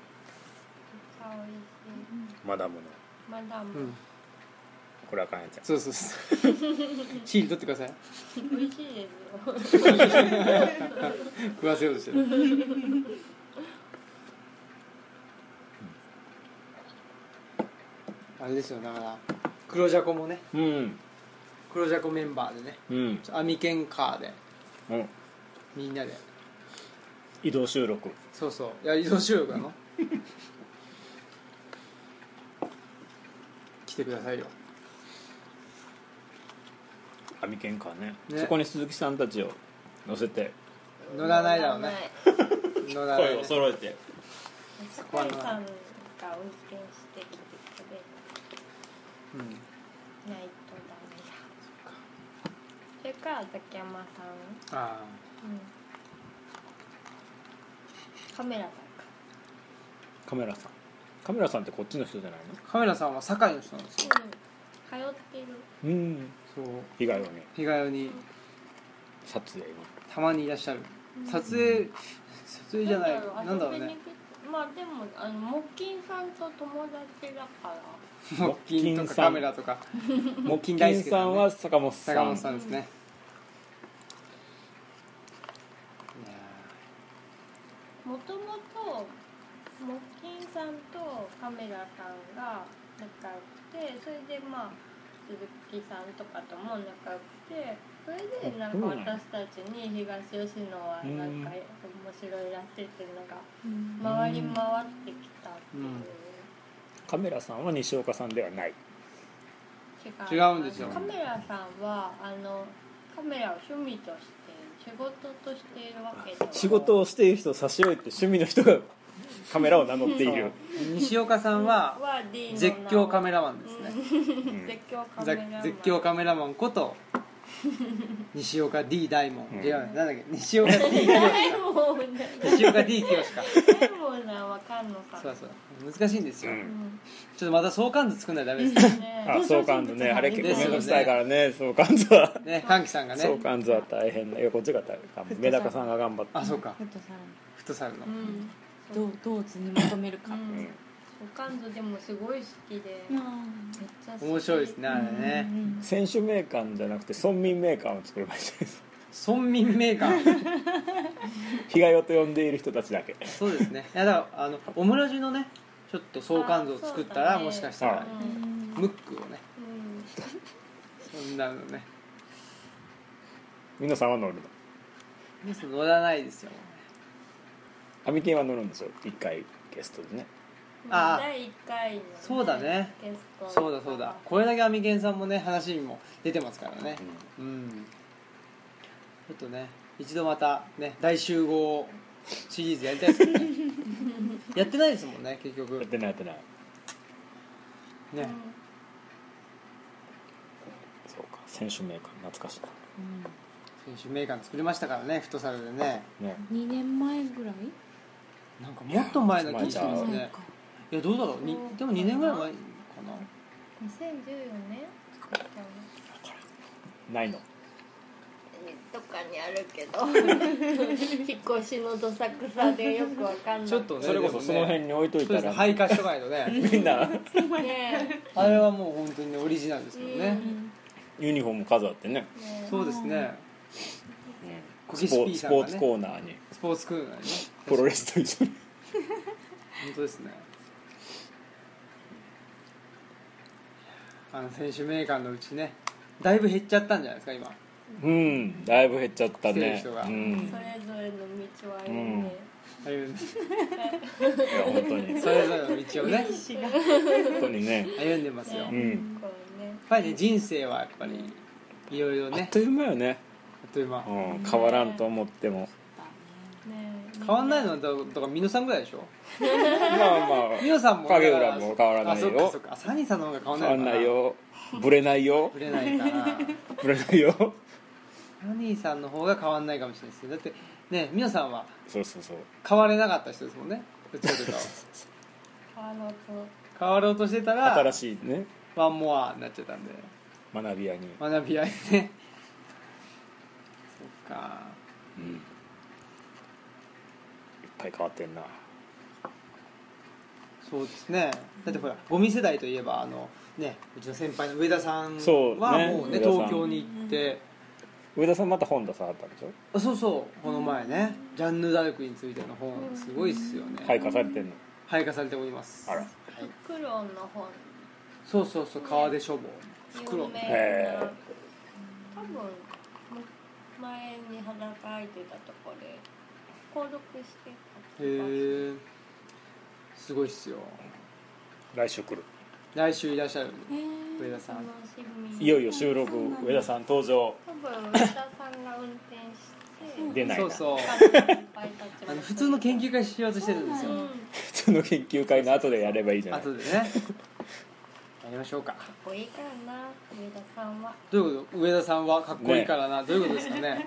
マダムの。 マダム。うん。 これあかんやつ。 そうそうそう。シール取ってください。 美味しいですよ。 食わせようとしてる。あれですよ、だから黒ジャコもね、うん、黒ジャコメンバーでね、うん、アミケンカーで、うん、みんなで移動収録。 そうそう、いや移動収録なの来てくださいよ。 アミケンカー ね, ねそこに鈴木さんたちを乗せて乗らないだろうね。 乗らない声を揃えて酒井さんが運転してきてくれる、うん、ないとダメだ。それからザキヤマさん、あ、うん、カメラさんか。 カメラさんカメラさんってこっちの人じゃないの。 カメラさんは堺の人なんですよ、 うん、通ってる。 うん、そう日帰りに日帰りに撮影にたまにいらっしゃる、うん、撮影撮影じゃないなんだろうね。 まあでもあのモッキンさんと友達だからモッキンとかカメラとかモッキン大好き、ね、さんは坂本さん坂本さんですね、 もともとモッキンさんとカメラさんが仲良くて、それでまあ鈴木さんとかとも仲良くて、それでなんか私たちに東吉野はなんか面白いらしいっていうのが回り回ってきたっていう、うんうん、 カメラさんは西岡さんではない。 違うんですよ。 カメラさんはあのカメラを趣味として仕事としているわけでは。 仕事をしている人を差し置いて趣味の人がカメラを名乗っている西岡さんは絶叫カメラマンですね、 うん、絶叫カメラマン絶叫カメラマンこと西岡 D 大門、うん、違うなんだっけ西岡 D 清西岡 D 清か大門さんわかんのか。 そうそう難しいんですよ、うん、ちょっとまた相関図作んないとダメですね。 あ相関図ねあれ結構面倒くさいからね相関図はね歓喜さんがね相関図は大変だよ。こっちが大変メダカさんが頑張って。 あそうかフットサルの、 うんどう、どう図にまとめるか、うん、 相関図でもすごい好きで、うん、めっちゃ好き。 面白いですねあれね、 うんうん、選手名鑑じゃなくて村民名鑑を作ればいいです村民名鑑被害をと呼んでいる人たちだけ。 そうですね。いやだからあのオムラジのねちょっと相関図を作ったら、ね、もしかしたら、うん、ムックをね、うん、そんなのね皆さんは乗るの。 皆さん乗らないですよ。 アミケンは乗るんですよいっかいゲストでね。 ああだいいっかいの、ね、 そうだねゲストそうだそうだこれだけアミケンさんもね話にも出てますからね、うん、うん、ちょっとね一度またね大集合シリーズやりたいですけどねやってないですもんね結局。 やってないやってないね、うん、そうか選手名鑑懐かしいな、 うん、選手名鑑作りましたからね、フットサルで ね, ねにねんまえぐらいなんかもっと前な気がしますね。いやどうだろう、にでもにねんぐらい前かな。 にせんじゅうよねんないのとかにあるけど引っ越しのどさくさでよくわかんない。 ちょっとね、 それこそその辺に置いといたら、 ね、廃化しとかないとねみんなねあれはもう本当にオリジナルですけどね、 ユニフォーム飾ってね、 ねそうですね、 うん、スポスポーツコーナーにスポーツコーナーにねプロレスと一緒に本当ですね。あの選手名鑑のうちね、だいぶ減っちゃったんじゃないですか今。 うんだいぶ減っちゃったね、 人が、 うん、 それぞれの道を歩んで、 うん、歩んでいや本当にそれぞれの道をね本当にね歩んでますよ、 うねん、 こうねやっぱりね人生はやっぱりいろいろねあっという間よね、 あっという間、 うん、変わらんと思っても、 ね変わんないのはだからミノさんぐらいでしょ。 まあまあミノさんも影浦も変わらないよ。 あ、そっかそっか、サニーさんの方が変わんない変わんのかな。 ないよ、ブレないよぶれないかな。 ブレないよサニーさんの方が変わんないかもしれないですね。だってね、ミノさんはそうそうそう変われなかった人ですもんね。どっちかというと変わろうと変わろうとしてたら新しいねワンモアになっちゃったんで、 学び屋に、 学び合いねそっか、 うん、いっぱい変わってんな。 そうですね。だってほらゴミ世代といえばあのね、うちの先輩の上田さんそうはねもうね、 上田さん東京に行って、 上田さんまた本出さはったんでしょ。 あ、そうそう、この前ね、ジャンヌ・ダルクについての本すごいっすよね。 配下されてんの。 配下されております。 あら、 はい、 フクロウの本そうそうそう、川出書房、袋有名な、 へー多分前に働いてたとこで購読してた。 へえ、すごいっすよ。 来週来る。 来週いらっしゃる上田さん。 楽しみ。 いよいよ収録、上田さん登場。 多分上田さんが運転して出ないな。 そうそう。あの普通の研究会しようとしてるんですよ。 普通の研究会の後でやればいいじゃない。 後でね。やりましょうか。 かっこいいからな、上田さんは。 どういうこと？上田さんはかっこいいからな、ね、どういうことですかね。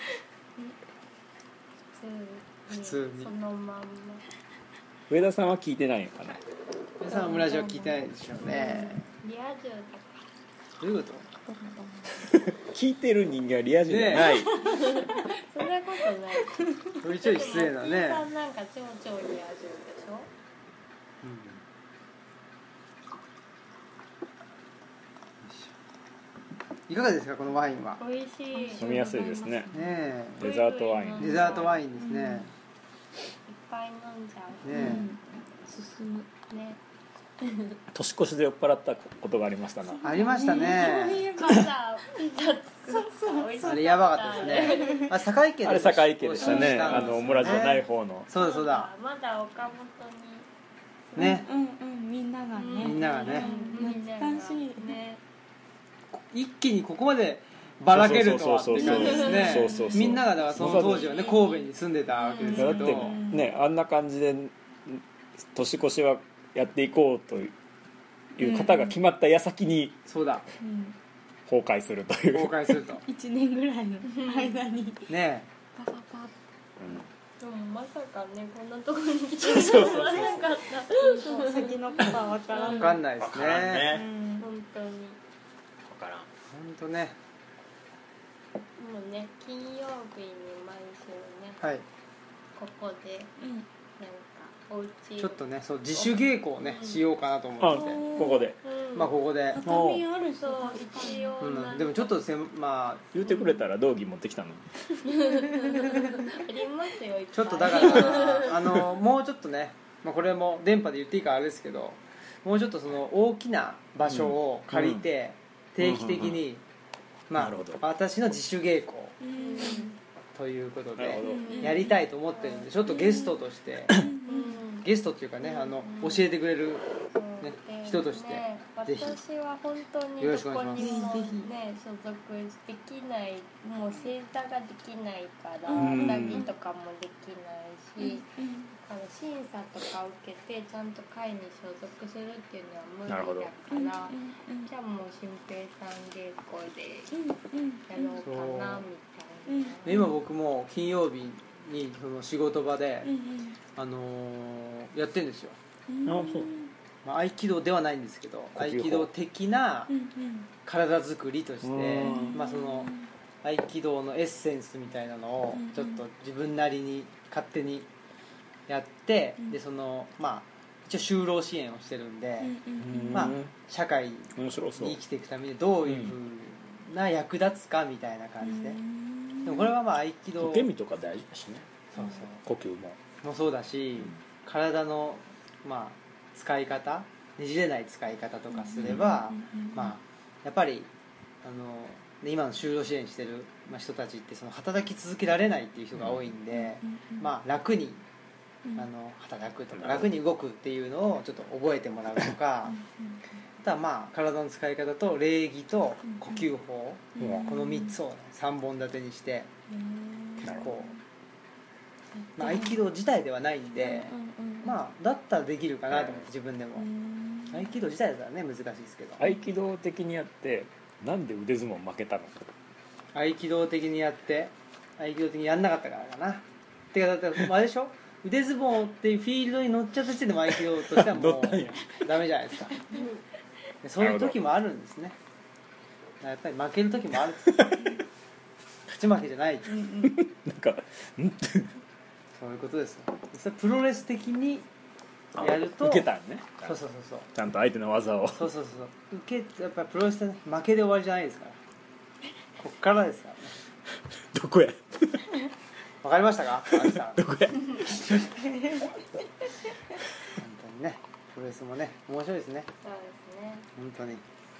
普通に。 普通に。 そのまんま。 上田さんは聞いてないのかな。 上田さんは村ジオ聞いてないでしょうね。 リア充とか。 どういうこと？ 聞いてる人間はリア充じゃない。 ね、そんなことない。 ちょいちょい失礼なね。 さんなんか超超リア充でしょ。 いかがですかこのワインは。 美味しい。 飲みやすいですね。 ねえ。 デザートワイン。 デザートワインですね。 いっぱい飲んじゃう。 ねえ。 進むね。 年越しで酔っ払ったことがありましたな。 ありましたね。 ピザピザそうそう。 あれやばかったですね。あ、坂井家で。 あれ坂井家でしたね。あの村じゃない方の。 そうだそうだ。 まだ岡本に。ね。 うんうんみんながね。 みんながね。 懐かしいね。 一気にここまでばらけるとはっていう感じですね。 そうそうそう。 みんながだからその当時はね神戸に住んでたわけですけど。 だってねあんな感じで年越しはやっていこうという方が決まった矢先にそうだ崩壊するという崩壊するといちねんぐらいの間にねパパパでもまさかねこんなところに来てると思わなかった先のことは分から分ないかんないですね本当に分からん本当ねもうね金曜日に毎週ねはいここでうんなんかお家ちょっとねそう自主稽古をねしようかなと思っててここでうんまあここで畳あるそう一応うんでもちょっとせまあ言うてくれたら道着持ってきたのにありますよいっぱいちょっとだからあのもうちょっとねまあこれも電波で言っていいからあれですけどもうちょっとその大きな場所を借りて定期的にまあ私の自主稽古うんということなるほでやりたいと思ってるんでちょっとゲストとしてゲストっていうかね、あの教えてくれる、ね、人として、 ね、 ぜひ私は本当にどこにもね所属できない、もう星座ができないから旅とかもできないし、あの審査とか受けてちゃんと会に所属するっていうのは無理だから、じゃあもう新平さん稽古でやろうかなみたいな。 今僕も金曜日にその仕事場で、あのー、やってるんですよ。まあ、合気道ではないんですけど、合気道的な体作りとして、まあ、その合気道のエッセンスみたいなのをちょっと自分なりに勝手にやって、でそのまあ一応就労支援をしてるんで、まあ、社会に生きていくためにどういうふうな役立つかみたいな感じで、でもこれはまあ合気道受け身とか大事だしね。そうそう、呼吸ももそうだし、体のまあ使い方、ねじれない使い方とかすれば、まあやっぱりあの今の就労支援してる人たちってその働き続けられないっていう人が多いんで、まあ楽にあの働くとか楽に動くっていうのをちょっと覚えてもらうとか、あとはまあ体の使い方と礼儀と呼吸法、このみっつを、ね、さんぼん立てにして結構、まあ、合気道自体ではないんで、まあだったらできるかなと思って自分でも。合気道自体だったらね難しいですけど、 合気道的にやってなんで腕相撲負けたの？ 合気道的にやって合気道的にやんなかったからかな。てかだってあれでしょ、腕相撲っていうフィールドに乗っちゃった時点でも合気道としてはもうダメじゃないですか。でそういう時もあるんですね。やっぱり負ける時もある勝ち負けじゃないなんかんそういうことですよ。それプロレス的にやると受けたんね。 そうそうそうそう、 ちゃんと相手の技をそうそうそう受け、やっぱりプロレスって、ね、負けで終わりじゃないですから、こっからですからね。 どこやわかりましたか、アンさんどこや本当にね、プロレスもね面白いですね。 そうですね、 本当にね、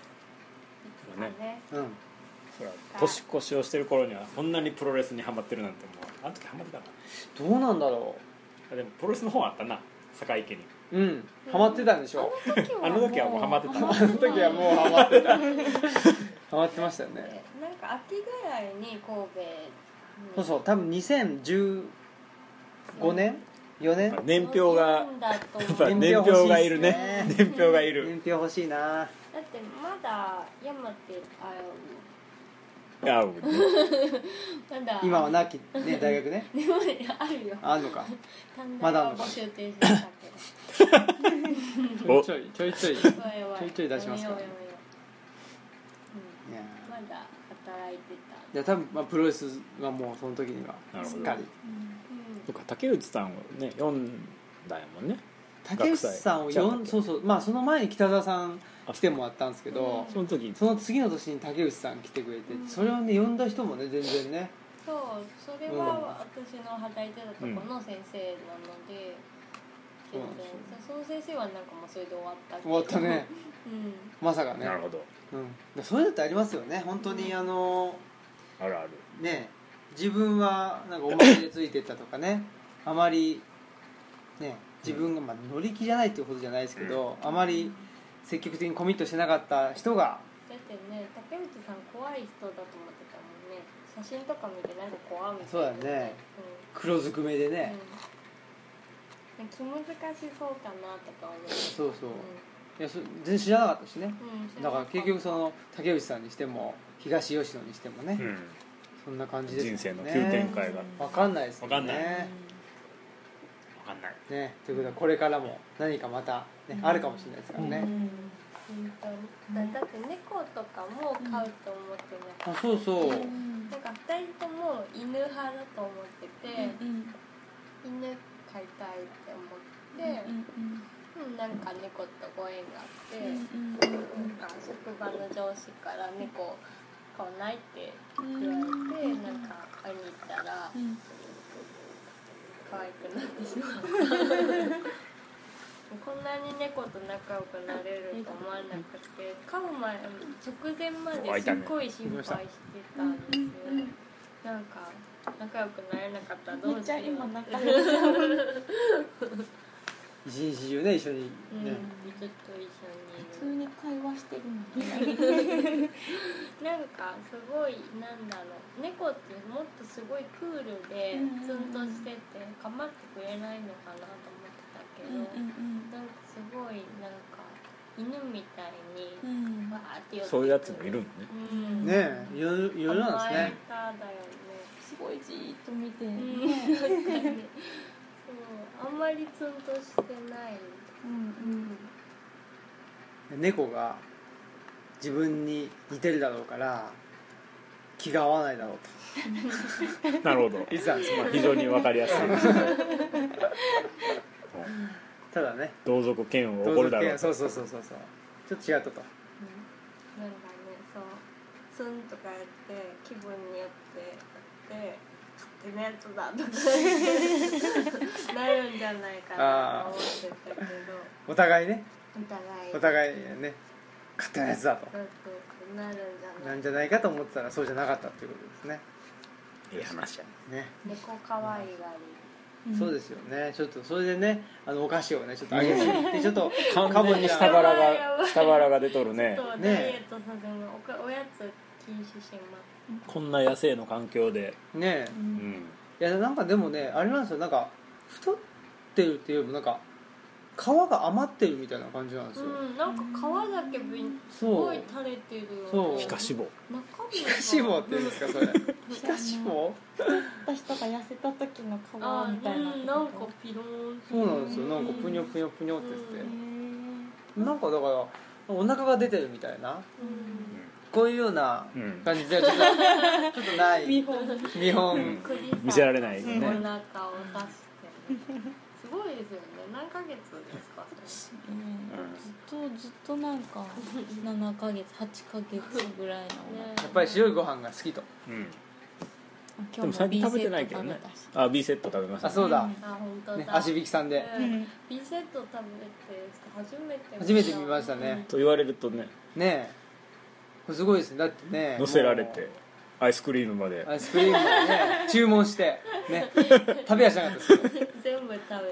うん、 そら年越しをしてる頃にはこんなにプロレスにハマってるなんて、もうあの時ハマってたな。 どうなんだろあでもプロレスの本あったな、坂井家に。 う。うん、ハマってたんでしょう。 あの時はもうハマってた。 あの時はもうハマってたハマってましたよね。 なんか秋ぐらいに神戸に、 そうそう、多分にせんじゅうごねんよねん年表がやっぱ年表がいるね。年表がいる。 年表欲しいな。 だってまだ山ってあいやまだ今はなき、ね、大学ねでもあるよ、 あんのか、 まだ募集停止したけどちょいちょいちょいちょいちょいちょい出しますから、ね、 うん、いやまだ働いてた。 いや多分、まあ、プロレスがもうその時にはすっかり、うん、 とか竹内さんをね読んだんやもんね。 竹内さんを読んそうそう、まあその前に北澤さん来てもらったんですけど、 その時その次の年に竹内さん来てくれて、それをね読んだ人もね全然ね、 そうそれは私の働いてたところの先生なので、うん、全然その先生はなんかもうそれで終わったけど終わったね、うん、まさかね。 なるほど、 うん、そういうのってありますよね本当に、あのあるあるね、自分はなんかおまけでついてったとかねあまりね自分が、まあ、乗り気じゃないっていうことじゃないですけど、あまり積極的にコミットしてなかった人が、 だってね竹内さん怖い人だと思ってたもんね。写真とか見てなんか怖いみたいな。 そうだね、うん、黒ずくめでね、 うん、気難しそうかなとか思って。 そうそう、うん、いやそ全然知らなかったしね、うん、だから結局その竹内さんにしても東吉野にしてもね、うん、そんな感じですね。 人生の急展開が分かんないですね。 分かんない、分かんないね、ということはこれからも何かまた、ね、あるかもしれないですからね、うん、 だ, だって猫とかも飼うと思ってなくて、 あそうそう、なんかふたりとも犬派だと思ってて、うん、犬飼いたいって思って、うん、なんか猫とご縁があって、うん、なんか職場の上司から猫飼わないって言われて、なんか会いに行ったら、うん可愛くなってしまうこんなに猫と仲良くなれると思わなくて、飼う前直前まですっごい心配してたんですよ、うんうん、なんか仲良くなれなかったらどうしよう今仲良く一日中ね一緒にね、 うん、ずっと一緒にいる。 普通に会話してるのなんかすごいなんだろう、猫ってもっとすごいクールでツンとしてて構ってくれないのかなと思ってたけど、うんうんうん、なんかすごいなんか犬みたいにわーって寄ってくる、 そういうやつもいるんね、 うん、 ねえいろいろなんですね。 甘えただよね。 すごいじーっと見て、うんうん、なんかね、そうあんまりツンとしてない、 うんうん、猫が自分に似てるだろうから気が合わないだろうとなるほど言ってたんですよ、 まあ、非常に分かりやすいただね同族嫌悪が起こるだろうと。 そうそうそうそうそうちょっと違ったと、 うん、なんかねそうツンとかやって気分によってやって勝手なやつだとかなるんじゃないかなと思ってたけど、 お互いねお互いお互いね勝手なやつだとそうそうなるんじゃないなんじゃないかと思ってたらそうじゃなかったっていうことですね。 いい話やね。 猫かわいがり、 うん、そうですよね。ちょっとそれでねあのお菓子をねちょっとあげすぎてちょっと完全に下腹が下腹が出とるね。 ちょっとダイエットさせるのおやつ禁止します。 こんな野生の環境でねえ、 うん、 いやなんかでもねあれなんですよ、なんか太ってるっていうよりもなんか皮が余ってるみたいな感じなんですよ、 うん、なんか皮だけすごい垂れてるよね。 そう皮下脂肪皮下脂肪っていうんですかそれ皮下脂肪太った人が痩せた時の皮みたいな、 うん、なんかピローンそうなんですよ、なんかプニョプニョプニョって言って、うん、なんかだからお腹が出てるみたいな、うん、こういうような感じではちょっと、ちょっとない見本見本、うん、 見せられないね、 お腹を出してすごいですよね。何ヶ月ですかそれ、 うん、ずっとずっとなんかななかげつはちかげつぐらいの、ね、 やっぱり白いご飯が好きと、 うん、でも最近食べてないけどね。あ、B セット食べました、ね、 あ、そうだ、 うん、あ、本当だ、 ね、足引きさんで、 うん、B セット食べて初めて初めて見ましたね、 うん、 と言われるとねねえすごいですね。だってね乗せられてアイスクリームまでアイスクリームまでね注文してね食べやしなかったですけど全部食べた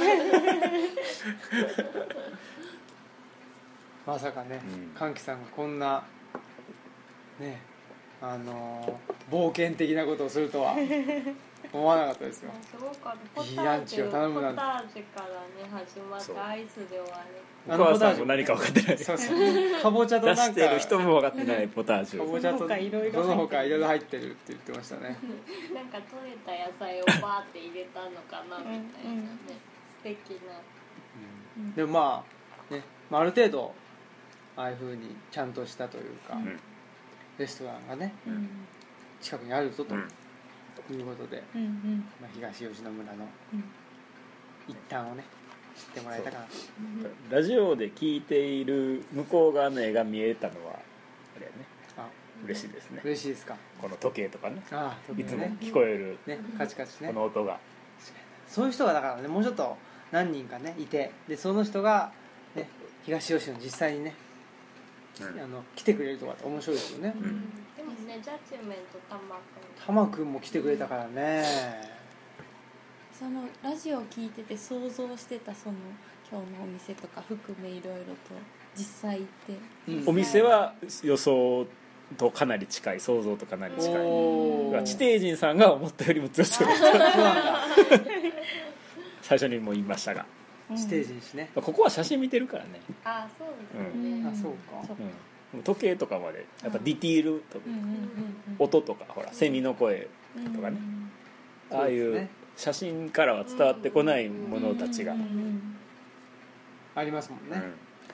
まさかね、かんきさんがこんなねあのー、冒険的なことをするとは思わなかったですよ。 すごかった。ポタいいランチを頼むなんて。 ポタージュからね始まってアイスで終わる。 お母さんも何か分かってない。 そうそう。かぼちゃとなんか出してる人も分かってないポタージュ。 かぼちゃとどのほかいろいろ入ってるって言ってましたね。 なんか取れた野菜をバーって入れたのかなみたいなね。うんうん、素敵な、 うん。でもまあね、まあ、ある程度ああいう風にちゃんとしたというか、うん、レストランがね、うん、近くにあるぞと。うんいうことで、うんうんまあ、東吉野村の一端をね知ってもらえたかなと。 ラジオで聞いている向こう側の絵が見えたのはあれやね、あ嬉しいですね。 嬉しいですか。 この時計とかね、あ時計ねいつも聞こえる、 ね、カチカチねこの音が。 そういう人がだからねもうちょっと何人かねいて、でその人が、ね、東吉野実際にね、うん、あの来てくれるとかって面白いですよね、うんうんでもね、ジャッジメントたまくんたまくんも来てくれたからね、 そのラジオを聞いてて想像してたその今日のお店とか含めいろいろと実際行って、 うん、お店は予想とかなり近い、想像とかなり近い。地底人さんが思ったよりも強そうだった最初にも言いましたが、 地底人氏ね、 ここは写真見てるからね。 あ、そうですね、 うん、あ、そうか、 うん、時計とかまでやっぱディティールとか、うん、音とかほらセミの声とかね、うん、ああいう写真からは伝わってこないものたちがありますもんね、うんうん、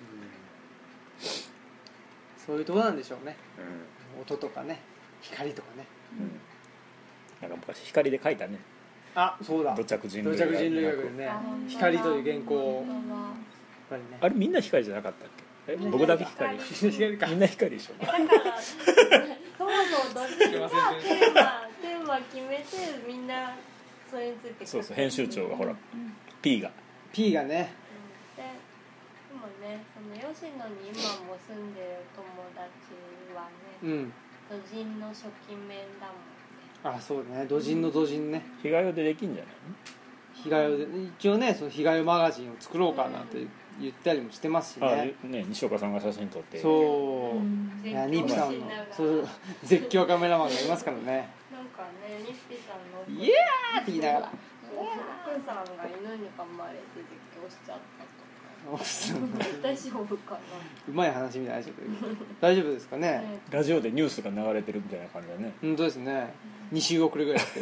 そういうところなんでしょうね、うん、音とかね光とかね、 うん、なんか昔光で描いたね、 あ、そうだ、 土着人類学でね光という原稿を、ね、 あれみんな光じゃなかったっけ？え僕だけ光みんな光でしょ。 だからそもそもどっちもテーマテーマ決めてみんなそれについてそうそう編集長がほら、うん、P が P がね、 うん、ででもねその吉野に今も住んでる友達はね、うん、土人の初期面だもんね。 あ、そうね、土人の土人ね、 日帰りでできんじゃないの？ 日帰りで一応ねその日帰りマガジンを作ろうかなって言ったりもしてますしね、 あね西岡さんが写真撮って、 そう、うん、いやニッピさんのそう絶叫カメラマンがいますからね。 なんかねニッピさんのイエーって言いながら奥さんが犬に噛まれて絶叫しちゃったとか大丈夫かな。 うまい話みたいなちょっと大丈夫ですかね。ねラジオでニュースが流れてるみたいな感じだね。 本当ですね。に週遅れぐらいですけど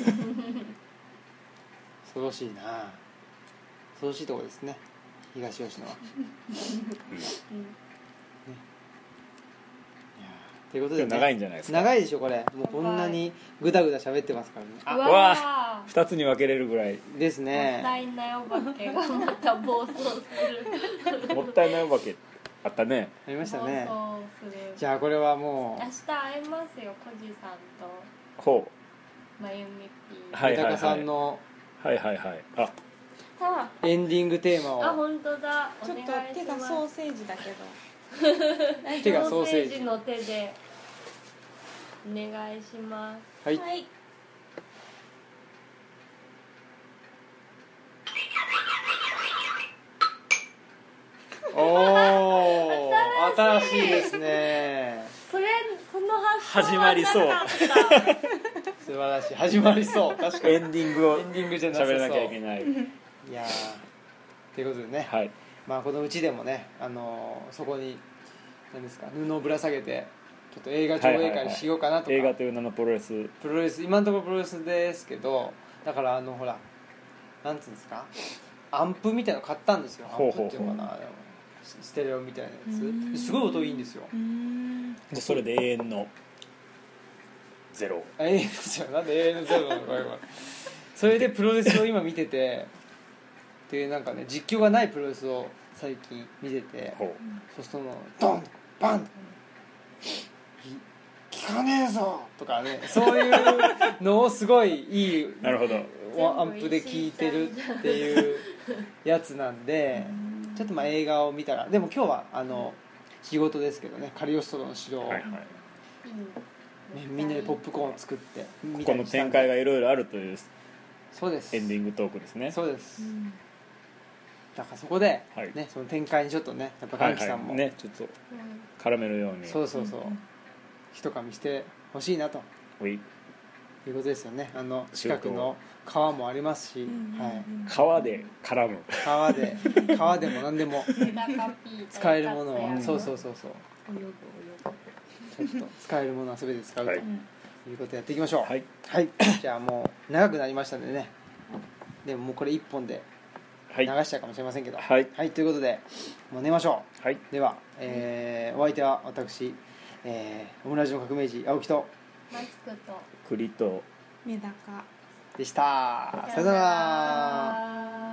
恐ろしいな恐ろしいところですね東吉野は、うんね、ということで、ね、 長いんじゃないですか。 長いでしょこれ。もうこんなにぐだぐだ喋ってますからね。 あわあふたつに分けれるぐらいですね。 もったいないお化けがまた暴走するもったいないお化けあったね。 ありましたね。 暴走する。 じゃあこれはもう明日会えますよコジさんとほうまゆみぴーはいはいはい、さんのはいはいはいあエンディングテーマを。 あ本当だ。 ちょっと手がソーセージだけど手がソーセージソーセージの手でお願いします。 はい、 はい、 おー新しいですね。 それその発想はなかった。始まりそう素晴らしい。始まりそう。確かにエンディングをエンディングじゃなさそう。 喋らなきゃいけない。 いやーということでね、 はい、 まあこのうちでもね、あのー、そこに何ですか布をぶら下げてちょっと映画上映会しようかなとか、 はいはいはい、映画という名のプロレスプロレス今のところプロレスですけど、だからあのほらなんつうんですかアンプみたいなの買ったんですよ。アンプっていうのかなステレオみたいなやつすごい音いいんですよ。 でそれで永遠のゼロ永遠ですよ。なんで永遠のゼロなのかそれでプロレスを今見ててっていうなんかね実況がないプロレスを最近見てて、そうするとドンバン聞かねえぞとかねそういうのをすごいいいなるほどアンプで聞いてるっていうやつなんでちょっとまあ映画を見たらでも今日はあの仕事ですけどねカリオストロの城を、はいはいね、みんなでポップコーンを作ってここの展開がいろいろあるというそうですエンディングトークですね。 そうです、うん、だからそこで、はい、ね、その展開にちょっとねやっぱガンキさんも、 はいはい、ねちょっと絡めるように、 そうそうそう、うん、一噛みしてほしいなということですよね。あの近くの川もありますし、うんはい、 川で絡む川で川でも何でも使えるものは、うん、そうそうそうそうちょっと使えるものは全て使うと、はい、いうことをやっていきましょう。はい、はい、じゃあもう長くなりましたんでね。でももうこれ一本で流しちゃうかもしれませんけど、はい、はい、ということでもう寝ましょう。はい、では、えー、お相手は私、えー、オムライスの革命児青木とマスクと栗とメダカでした。さよなら。